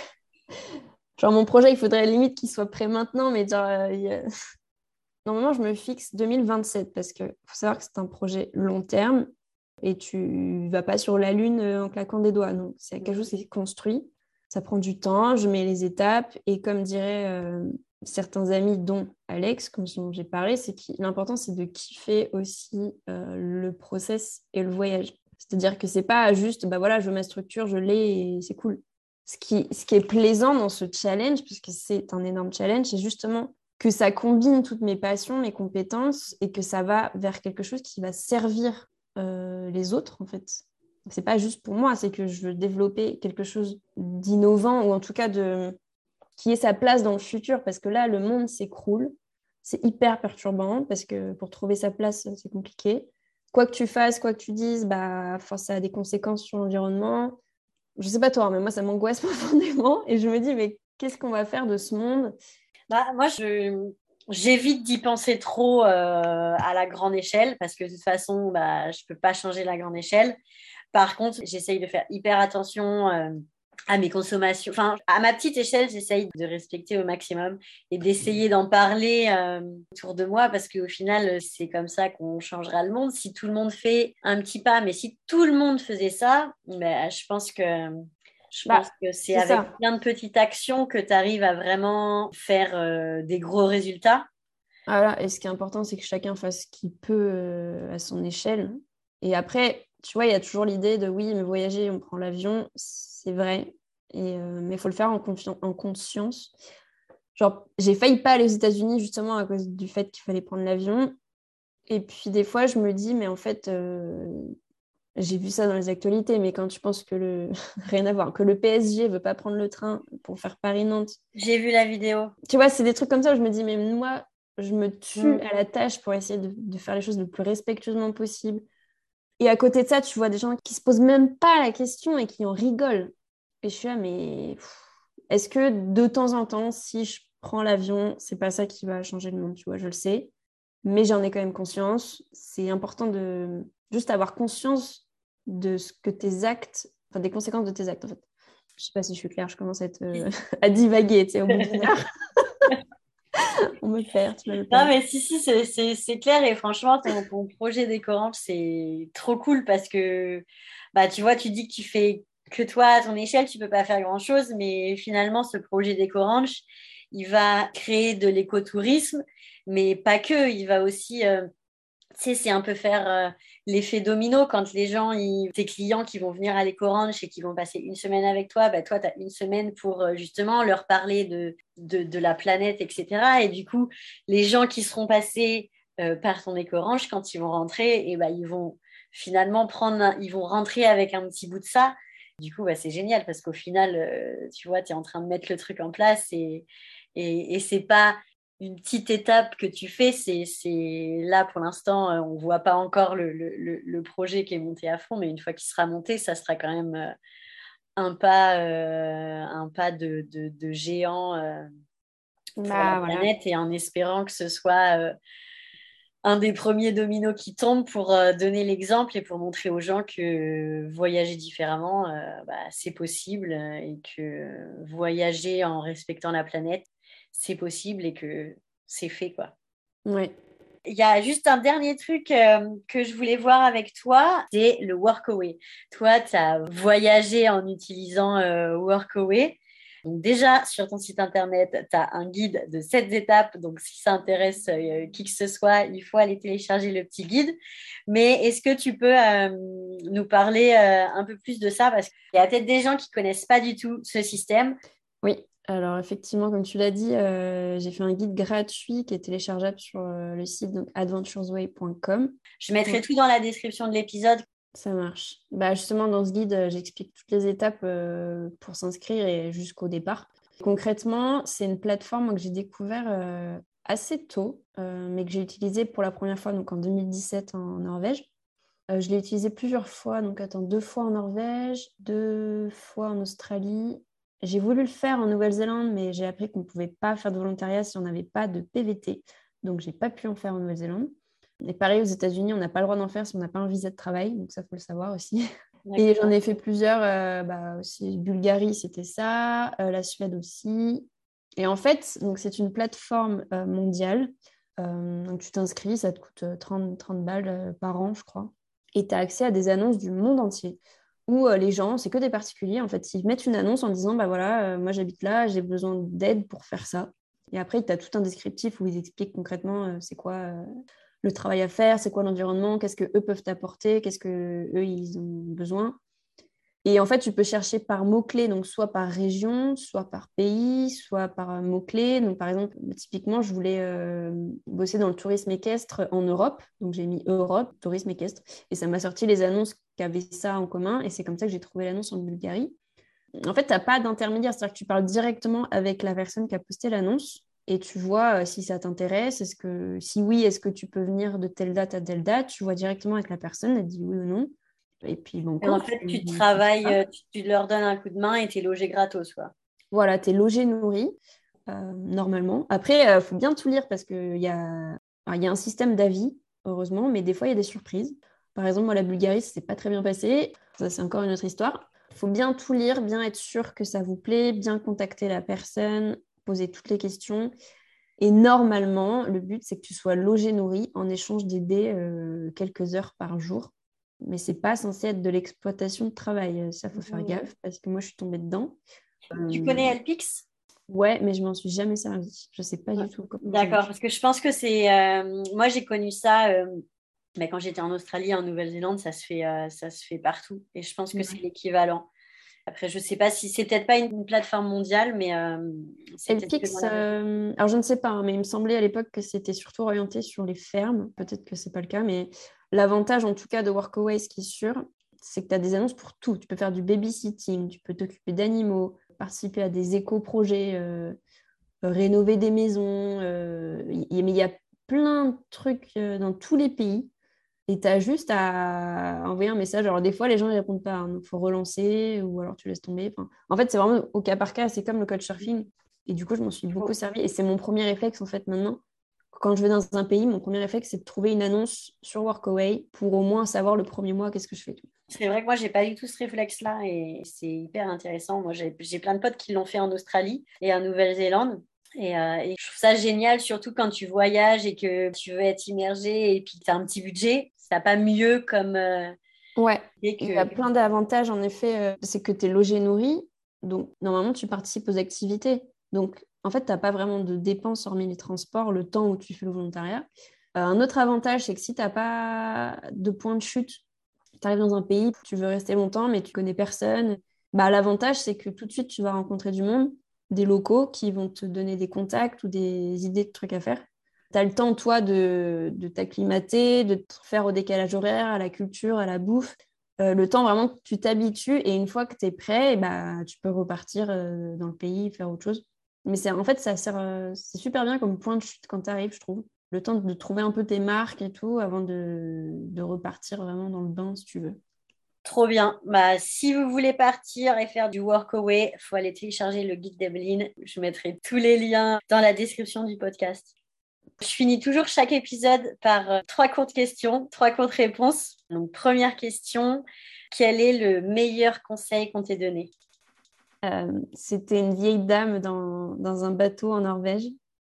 genre, mon projet, il faudrait limite qu'il soit prêt maintenant. Mais genre, euh, il y a- normalement, je me fixe deux mille vingt-sept parce qu'il faut savoir que c'est un projet long terme et tu vas pas sur la Lune euh, en claquant des doigts. Donc, c'est quelque chose qui est construit. Ça prend du temps, je mets les étapes et comme diraient euh, certains amis, dont Alex, comme dont j'ai parlé, c'est que l'important, c'est de kiffer aussi euh, le process et le voyage. C'est-à-dire que c'est pas juste, bah voilà, je veux ma structure, je l'ai et c'est cool. Ce qui, ce qui est plaisant dans ce challenge, puisque c'est un énorme challenge, c'est justement que ça combine toutes mes passions, mes compétences et que ça va vers quelque chose qui va servir euh, les autres, en fait. C'est pas juste pour moi, c'est que je veux développer quelque chose d'innovant ou en tout cas de qui ait sa place dans le futur parce que là, le monde s'écroule. C'est hyper perturbant parce que pour trouver sa place, c'est compliqué. Quoi que tu fasses, quoi que tu dises, bah, enfin, ça a des conséquences sur l'environnement. Je sais pas toi, mais moi, ça m'angoisse profondément et je me dis, mais qu'est-ce qu'on va faire de ce monde? Bah, moi, je, j'évite d'y penser trop euh, à la grande échelle parce que de toute façon, bah, je peux pas changer la grande échelle. Par contre, j'essaye de faire hyper attention euh, à mes consommations. Enfin, à ma petite échelle, j'essaye de respecter au maximum et d'essayer d'en parler euh, autour de moi parce qu'au final, c'est comme ça qu'on changera le monde. Si tout le monde fait un petit pas, mais si tout le monde faisait ça, bah, je pense que je Bah, pense que c'est c'est avec ça. plein de petites actions que tu arrives à vraiment faire euh, des gros résultats. Voilà. Et ce qui est important, c'est que chacun fasse ce qu'il peut euh, à son échelle. Et après, tu vois, il y a toujours l'idée de oui, mais voyager, on prend l'avion, c'est vrai. Et, euh, mais il faut le faire en, confi- en conscience. Genre, j'ai failli pas aller aux États-Unis justement à cause du fait qu'il fallait prendre l'avion. Et puis des fois, je me dis, mais en fait, euh, j'ai vu ça dans les actualités, mais quand tu penses que le rien à voir, que le P S G veut pas prendre le train pour faire Paris-Nantes, J'ai vu la vidéo. tu vois, c'est des trucs comme ça où je me dis, mais moi, je me tue Mm. à la tâche pour essayer de, de faire les choses le plus respectueusement possible. Et à côté de ça, tu vois des gens qui se posent même pas la question et qui en rigolent. Et je suis là, mais pff, est-ce que de temps en temps, si je prends l'avion, c'est pas ça qui va changer le monde, tu vois, je le sais. Mais j'en ai quand même conscience. C'est important de juste avoir conscience de ce que tes actes, enfin des conséquences de tes actes, en fait. Je sais pas si je suis claire, je commence à, être, euh, à divaguer, tu sais, au bout d'une heure. On me perd, tu vas me Non, perdre. mais si, si, c'est c'est- c'est clair. Et franchement, ton, ton projet d'Écorange, c'est trop cool parce que, bah, tu vois, tu dis que tu fais que toi, à ton échelle, tu peux pas faire grand-chose. Mais finalement, ce projet d'Écorange, il va créer de l'écotourisme, mais pas que. Il va aussi euh, tu sais, c'est un peu faire euh, l'effet domino quand les gens, ils- tes clients qui vont venir à l'Ecorange et qui vont passer une semaine avec toi, bah, toi, tu as une semaine pour euh, justement leur parler de, de, de la planète, et cetera. Et du coup, les gens qui seront passés euh, par ton Ecorange, quand ils vont rentrer, et bah, ils vont finalement prendre, un- ils vont rentrer avec un petit bout de ça. Du coup, bah, c'est génial parce qu'au final, euh, tu vois, tu es en train de mettre le truc en place et, et, et c'est pas une petite étape que tu fais, c'est, c'est là pour l'instant, euh, on ne voit pas encore le, le, le, le projet qui est monté à fond, mais une fois qu'il sera monté, ça sera quand même euh, un pas, euh, un pas de, de, de géant euh, pour la Bah voilà. planète et en espérant que ce soit euh, un des premiers dominos qui tombe pour euh, donner l'exemple et pour montrer aux gens que voyager différemment, euh, bah, c'est possible euh, et que voyager en respectant la planète, c'est possible et que c'est fait, quoi. Ouais. Il y a juste un dernier truc euh, que je voulais voir avec toi, c'est le Workaway. Toi, tu as voyagé en utilisant euh, Workaway. Donc déjà, sur ton site internet, tu as un guide de sept étapes. Donc, si ça intéresse euh, qui que ce soit, il faut aller télécharger le petit guide. Mais est-ce que tu peux euh, nous parler euh, un peu plus de ça? Parce qu'il y a peut-être des gens qui connaissent pas du tout ce système. Oui, alors effectivement, comme tu l'as dit, euh, j'ai fait un guide gratuit qui est téléchargeable sur euh, le site donc adventuresway point com. Je mettrai Ouais. tout dans la description de l'épisode. Ça marche. Bah, justement, dans ce guide, euh, j'explique toutes les étapes euh, pour s'inscrire et jusqu'au départ. Concrètement, c'est une plateforme que j'ai découvert euh, assez tôt, euh, mais que j'ai utilisée pour la première fois donc en deux mille dix-sept en Norvège. Euh, je l'ai utilisée plusieurs fois, donc attends, deux fois en Norvège, deux fois en Australie. J'ai voulu le faire en Nouvelle-Zélande, mais j'ai appris qu'on ne pouvait pas faire de volontariat si on n'avait pas de P V T. Donc, j'ai pas pu en faire en Nouvelle-Zélande. Et pareil, aux États-Unis, on n'a pas le droit d'en faire si on n'a pas un visa de travail. Donc, ça, faut le savoir aussi. D'accord. Et j'en ai fait plusieurs. Euh, bah, aussi, Bulgarie, c'était ça. Euh, la Suède aussi. Et en fait, donc, c'est une plateforme euh, mondiale. Euh, donc, tu t'inscris, ça te coûte trente, trente balles euh, par an, je crois. Et tu as accès à des annonces du monde entier où euh, les gens, c'est que des particuliers, en fait, ils mettent une annonce en disant, bah voilà, euh, moi j'habite là, j'ai besoin d'aide pour faire ça. Et après, tu as tout un descriptif où ils expliquent concrètement euh, c'est quoi euh, le travail à faire, c'est quoi l'environnement, qu'est-ce que eux peuvent t'apporter, qu'est-ce que eux ils ont besoin. Et en fait, tu peux chercher par mots-clés, donc soit par région, soit par pays, soit par euh, mots-clés. Donc, par exemple, typiquement, je voulais euh, bosser dans le tourisme équestre en Europe. Donc, j'ai mis Europe, tourisme équestre. Et ça m'a sorti les annonces qui avaient ça en commun. Et c'est comme ça que j'ai trouvé l'annonce en Bulgarie. En fait, tu n'as pas d'intermédiaire. C'est-à-dire que tu parles directement avec la personne qui a posté l'annonce. Et tu vois euh, si ça t'intéresse. Est-ce que, si oui, est-ce que tu peux venir de telle date à telle date? Tu vois directement avec la personne. Elle dit oui ou non. Et puis, bon, Et en fait, tu travailles, euh, tu, tu leur donnes un coup de main et tu es logé gratos, quoi. Voilà, tu es logé, nourri, euh, normalement. Après, il euh, faut bien tout lire parce qu'il y a... y a un système d'avis, heureusement, mais des fois, il y a des surprises. Par exemple, moi, la Bulgarie, ça s'est pas très bien passé. Ça, c'est encore une autre histoire. Il faut bien tout lire, bien être sûr que ça vous plaît, bien contacter la personne, poser toutes les questions. Et normalement, le but, c'est que tu sois logé, nourri en échange d'aider euh, quelques heures par jour. Mais c'est pas censé être de l'exploitation de travail. Ça, faut faire gaffe parce que moi, je suis tombée dedans. Tu Euh, connais Helpix? Ouais, mais je m'en suis jamais servie. Je sais pas du tout comment ça D'accord, marche. parce que je pense que c'est. euh, Moi, j'ai connu ça euh, mais quand j'étais en Australie, en Nouvelle-Zélande, ça se fait, euh, ça se fait partout. Et je pense que Ouais. c'est l'équivalent. Après, je sais pas si c'est peut-être pas une, une plateforme mondiale, mais euh, c'est peut-être que dans Elpix, la région. euh, alors je ne sais pas, hein, mais il me semblait à l'époque que c'était surtout orienté sur les fermes. Peut-être que c'est pas le cas, mais l'avantage en tout cas de Workaway, ce qui est sûr, c'est que tu as des annonces pour tout. Tu peux faire du babysitting, tu peux t'occuper d'animaux, participer à des éco-projets, euh, rénover des maisons. euh, y- mais il y a plein de trucs euh, dans tous les pays. Et tu as juste à envoyer un message. Alors, des fois, les gens ne répondent pas. Il faut relancer ou alors tu laisses tomber. Enfin, en fait, c'est vraiment au cas par cas. C'est comme le couchsurfing. Et du coup, je m'en suis beaucoup servi. Et c'est mon premier réflexe, en fait, maintenant. Quand je vais dans un pays, mon premier réflexe, c'est de trouver une annonce sur Workaway pour au moins savoir le premier mois qu'est-ce que je fais. C'est vrai que moi, j'ai pas du tout ce réflexe-là et c'est hyper intéressant. Moi, j'ai j'ai plein de potes qui l'ont fait en Australie et en Nouvelle-Zélande. Et, euh, et je trouve ça génial, surtout quand tu voyages et que tu veux être immergé et puis tu as un petit budget. Ça n'a pas mieux comme euh, Ouais, idée il y a que. plein d'avantages, en effet. euh, c'est que tu es logé, nourri. Donc, normalement, tu participes aux activités. Donc, en fait, tu n'as pas vraiment de dépenses hormis les transports, le temps où tu fais le volontariat. Euh, un autre avantage, c'est que si tu n'as pas de point de chute, tu arrives dans un pays, tu veux rester longtemps, mais tu connais personne. Bah, l'avantage, c'est que tout de suite, tu vas rencontrer du monde, des locaux qui vont te donner des contacts ou des idées de trucs à faire. Tu as le temps, toi, de, de t'acclimater, de te faire au décalage horaire, à la culture, à la bouffe. Euh, le temps vraiment que tu t'habitues et une fois que tu es prêt, eh bah, tu peux repartir euh, dans le pays, faire autre chose. Mais c'est, en fait, ça sert, euh, c'est super bien comme point de chute quand tu arrives, je trouve. Le temps de trouver un peu tes marques et tout avant de, de repartir vraiment dans le bain si tu veux. Trop bien. Bah, si vous voulez partir et faire du workaway, il faut aller télécharger le guide d'Emeline. Je mettrai tous les liens dans la description du podcast. Je finis toujours chaque épisode par euh, trois courtes questions, trois courtes réponses. Donc, première question, quel est le meilleur conseil qu'on t'ait donné? Euh, c'était une vieille dame dans, dans un bateau en Norvège.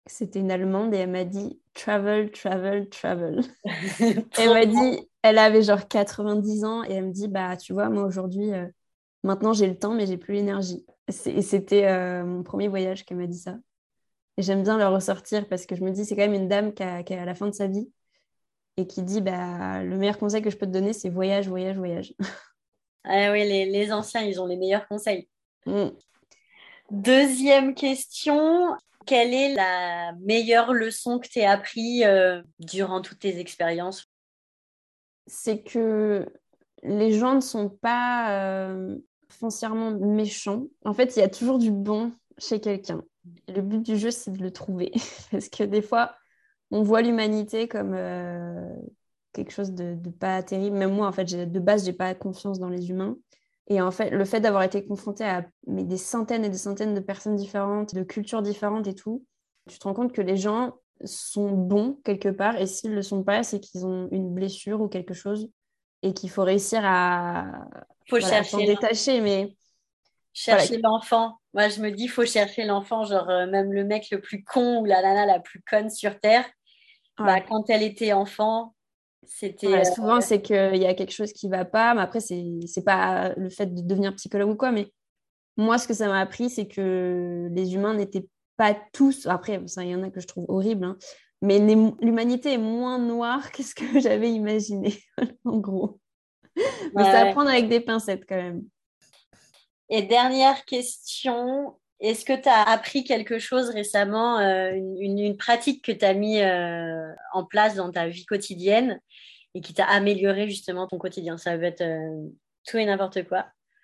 C'était une Allemande et elle m'a dit « travel, travel, travel ». Elle m'a dit, elle avait genre quatre-vingt-dix ans et elle me dit, bah tu vois, moi aujourd'hui, euh, maintenant j'ai le temps mais j'ai plus l'énergie. C'est- Et c'était euh, mon premier voyage qu'elle m'a dit ça. Et j'aime bien le ressortir parce que je me dis, c'est quand même une dame qui, a- qui est à la fin de sa vie et qui dit, bah le meilleur conseil que je peux te donner, c'est voyage, voyage, voyage. Ah oui, les, les anciens, ils ont les meilleurs conseils. Mm. Deuxième question, quelle est la meilleure leçon que tu as appris euh, durant toutes tes expériences? C'est que les gens ne sont pas euh, foncièrement méchants. En fait, il y a toujours du bon chez quelqu'un. Et le but du jeu, c'est de le trouver. Parce que des fois, on voit l'humanité comme euh, quelque chose de, de pas terrible. Même moi, en fait, j'ai- de base, j'ai pas confiance dans les humains. Et en fait, le fait d'avoir été confronté à mais, des centaines et des centaines de personnes différentes, de cultures différentes et tout, tu te rends compte que les gens sont bons quelque part. Et s'ils ne le sont pas, c'est qu'ils ont une blessure ou quelque chose et qu'il faut réussir à, Faut voilà, à s'en chercher l'en- détacher. Mais voilà. chercher l'enfant. Moi, je me dis, faut chercher l'enfant. Genre, euh, même le mec le plus con ou la nana la plus conne sur Terre, bah, Ouais. quand elle était enfant, c'était... Voilà, euh, souvent, c'est qu'il y a quelque chose qui ne va pas, mais après, c'est c'est pas le fait de devenir psychologue ou quoi, mais moi, ce que ça m'a appris, c'est que les humains n'étaient pas tous, après, ça, il y en a que je trouve horribles, hein, mais les- l'humanité est moins noire que ce que j'avais imaginé, en gros. Mais c'est à ouais. prendre avec des pincettes quand même. Et dernière question, est-ce que tu as appris quelque chose récemment, euh, une, une- une pratique que tu as mis euh, en place dans ta vie quotidienne et qui t'a amélioré justement ton quotidien? Ça peut être euh, tout et n'importe quoi.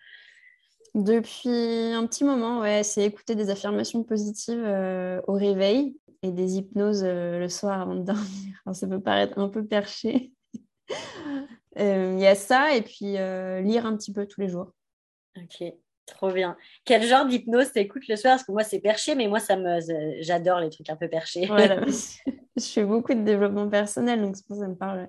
Depuis un petit moment, ouais, c'est écouter des affirmations positives euh, au réveil et des hypnoses euh, le soir avant de dormir. Alors, ça peut paraître un peu perché. Euh, Il y a ça et puis euh, lire un petit peu tous les jours. Ok, trop bien. Quel genre d'hypnose t'écoutes le soir? Parce que moi, c'est perché, mais moi, ça me, j'adore les trucs un peu perchés. Voilà, je fais beaucoup de développement personnel, donc c'est pour ça que ça me parle.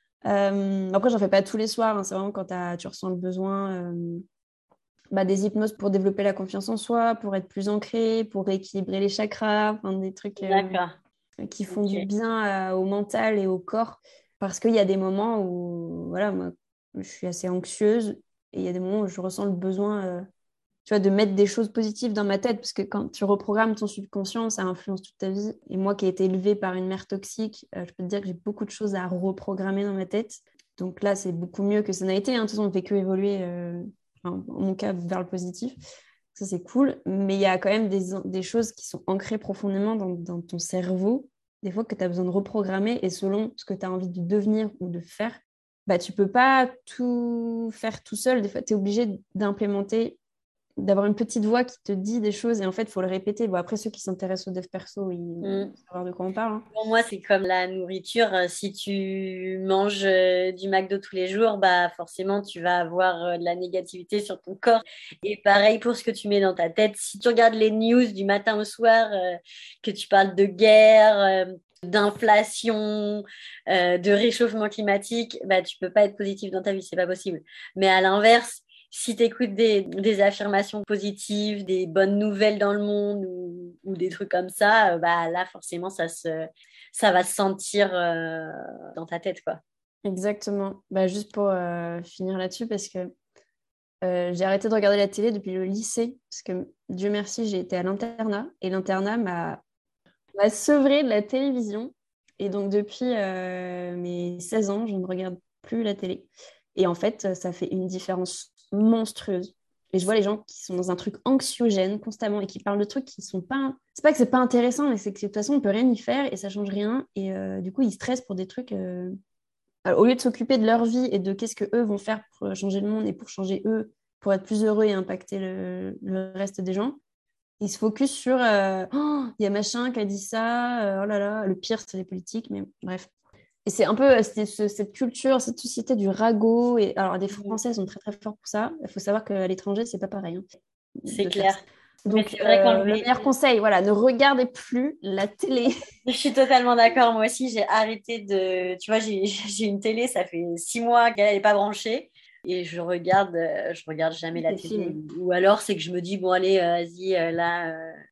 Euh, après, j'en fais pas tous les soirs, hein, c'est vraiment quand t'as- tu ressens le besoin. euh, bah, des hypnoses pour développer la confiance en soi, pour être plus ancré, pour rééquilibrer les chakras, enfin, des trucs euh, D'accord. qui font Ok. du bien euh, au mental et au corps. Parce qu'il y a des moments où, voilà, moi, je suis assez anxieuse et il y a des moments où je ressens le besoin, euh, tu vois, de mettre des choses positives dans ma tête. Parce que quand tu reprogrammes ton subconscient, ça influence toute ta vie. Et moi qui ai été élevée par une mère toxique, euh, je peux te dire que j'ai beaucoup de choses à reprogrammer dans ma tête. Donc là, c'est beaucoup mieux que ça n'a été, hein. De toute façon, on ne fait que évoluer, euh, enfin, en mon cas, vers le positif. Ça, c'est cool. Mais il y a quand même des, des choses qui sont ancrées profondément dans, dans ton cerveau, des fois que tu as besoin de reprogrammer. Et selon ce que tu as envie de devenir ou de faire, bah, tu ne peux pas tout faire tout seul. Des fois, tu es obligé d'implémenter, d'avoir une petite voix qui te dit des choses. Et en fait, il faut le répéter. Bon, après, ceux qui s'intéressent au dev perso, ils vont Mm. savoir de quoi on parle, hein. Pour moi, c'est comme la nourriture. Euh, Si tu manges euh, du McDo tous les jours, bah forcément, tu vas avoir euh, de la négativité sur ton corps. Et pareil pour ce que tu mets dans ta tête. Si tu regardes les news du matin au soir, euh, que tu parles de guerre, euh, d'inflation, euh, de réchauffement climatique, bah tu peux pas être positif dans ta vie, c'est pas possible. Mais à l'inverse, si tu écoutes des, des affirmations positives, des bonnes nouvelles dans le monde ou, ou des trucs comme ça, euh, bah là, forcément, ça se, ça va se sentir euh, dans ta tête, quoi. Exactement. Bah, juste pour euh, finir là-dessus, parce que euh, j'ai arrêté de regarder la télé depuis le lycée, parce que Dieu merci, j'ai été à l'internat, et l'internat m'a m'a sevré de la télévision. Et donc depuis euh, mes seize ans, je ne regarde plus la télé. Et en fait, ça fait une différence monstrueuse. Et je vois les gens qui sont dans un truc anxiogène constamment et qui parlent de trucs qui sont pas... C'est pas que c'est pas intéressant, mais c'est que de toute façon, on peut rien y faire et ça change rien. Et euh, du coup, ils stressent pour des trucs... euh, alors, au lieu de s'occuper de leur vie et de qu'est-ce que eux vont faire pour changer le monde et pour changer eux, pour être plus heureux et impacter le, le reste des gens, ils se focus sur euh, oh, il y a machin qui a dit ça, euh, oh là là, le pire c'est les politiques, mais bref. Et c'est un peu euh, c'est- ce- cette culture, cette société du ragot. Et alors, les Mhm. Français sont très très forts pour ça. Il faut savoir qu'à l'étranger, c'est pas pareil, hein, C'est de faire clair. ça. Mais Donc, c'est vrai euh, qu'en le meilleur conseil, voilà, ne regardez plus la télé. je suis totalement d'accord. Moi aussi, j'ai arrêté de. Tu vois, j'ai j'ai une télé, ça fait six mois qu'elle n'est pas branchée. Et je regarde, euh, je regarde jamais la Des télé. films. Ou alors, c'est que je me dis, bon, allez, euh, vas-y, euh, là, euh,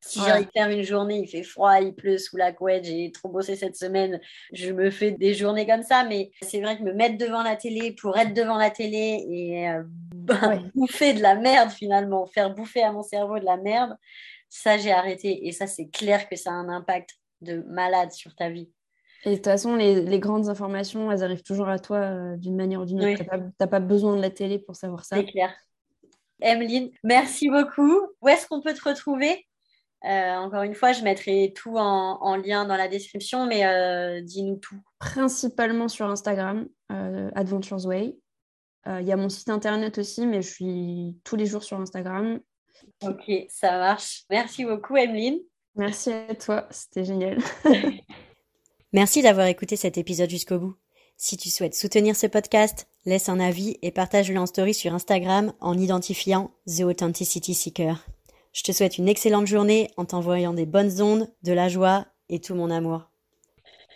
Si ouais. j'arrive à faire une journée, il fait froid, il pleut sous la couette, j'ai trop bossé cette semaine, je me fais des journées comme ça. Mais c'est vrai que me mettre devant la télé pour être devant la télé et euh, bah, ouais. bouffer de la merde finalement, faire bouffer à mon cerveau de la merde, ça j'ai arrêté. Et ça, c'est clair que ça a un impact de malade sur ta vie. Et de toute façon, les, les grandes informations, elles arrivent toujours à toi euh, d'une manière ou d'une autre. Oui. Tu n'as pas, pas besoin de la télé pour savoir ça. C'est clair. Emeline, merci beaucoup. Où est-ce qu'on peut te retrouver ? Euh, encore une fois, je mettrai tout en, en lien dans la description, mais euh, dis-nous tout. Principalement sur Instagram, euh, Adventures Way. Il euh, y a mon site internet aussi, mais je suis tous les jours sur Instagram. Ok, ça marche. Merci beaucoup, Emeline. Merci à toi, c'était génial. Merci d'avoir écouté cet épisode jusqu'au bout. Si tu souhaites soutenir ce podcast, laisse un avis et partage-le en story sur Instagram en identifiant The Authenticity Seeker. Je te souhaite une excellente journée en t'envoyant des bonnes ondes, de la joie et tout mon amour.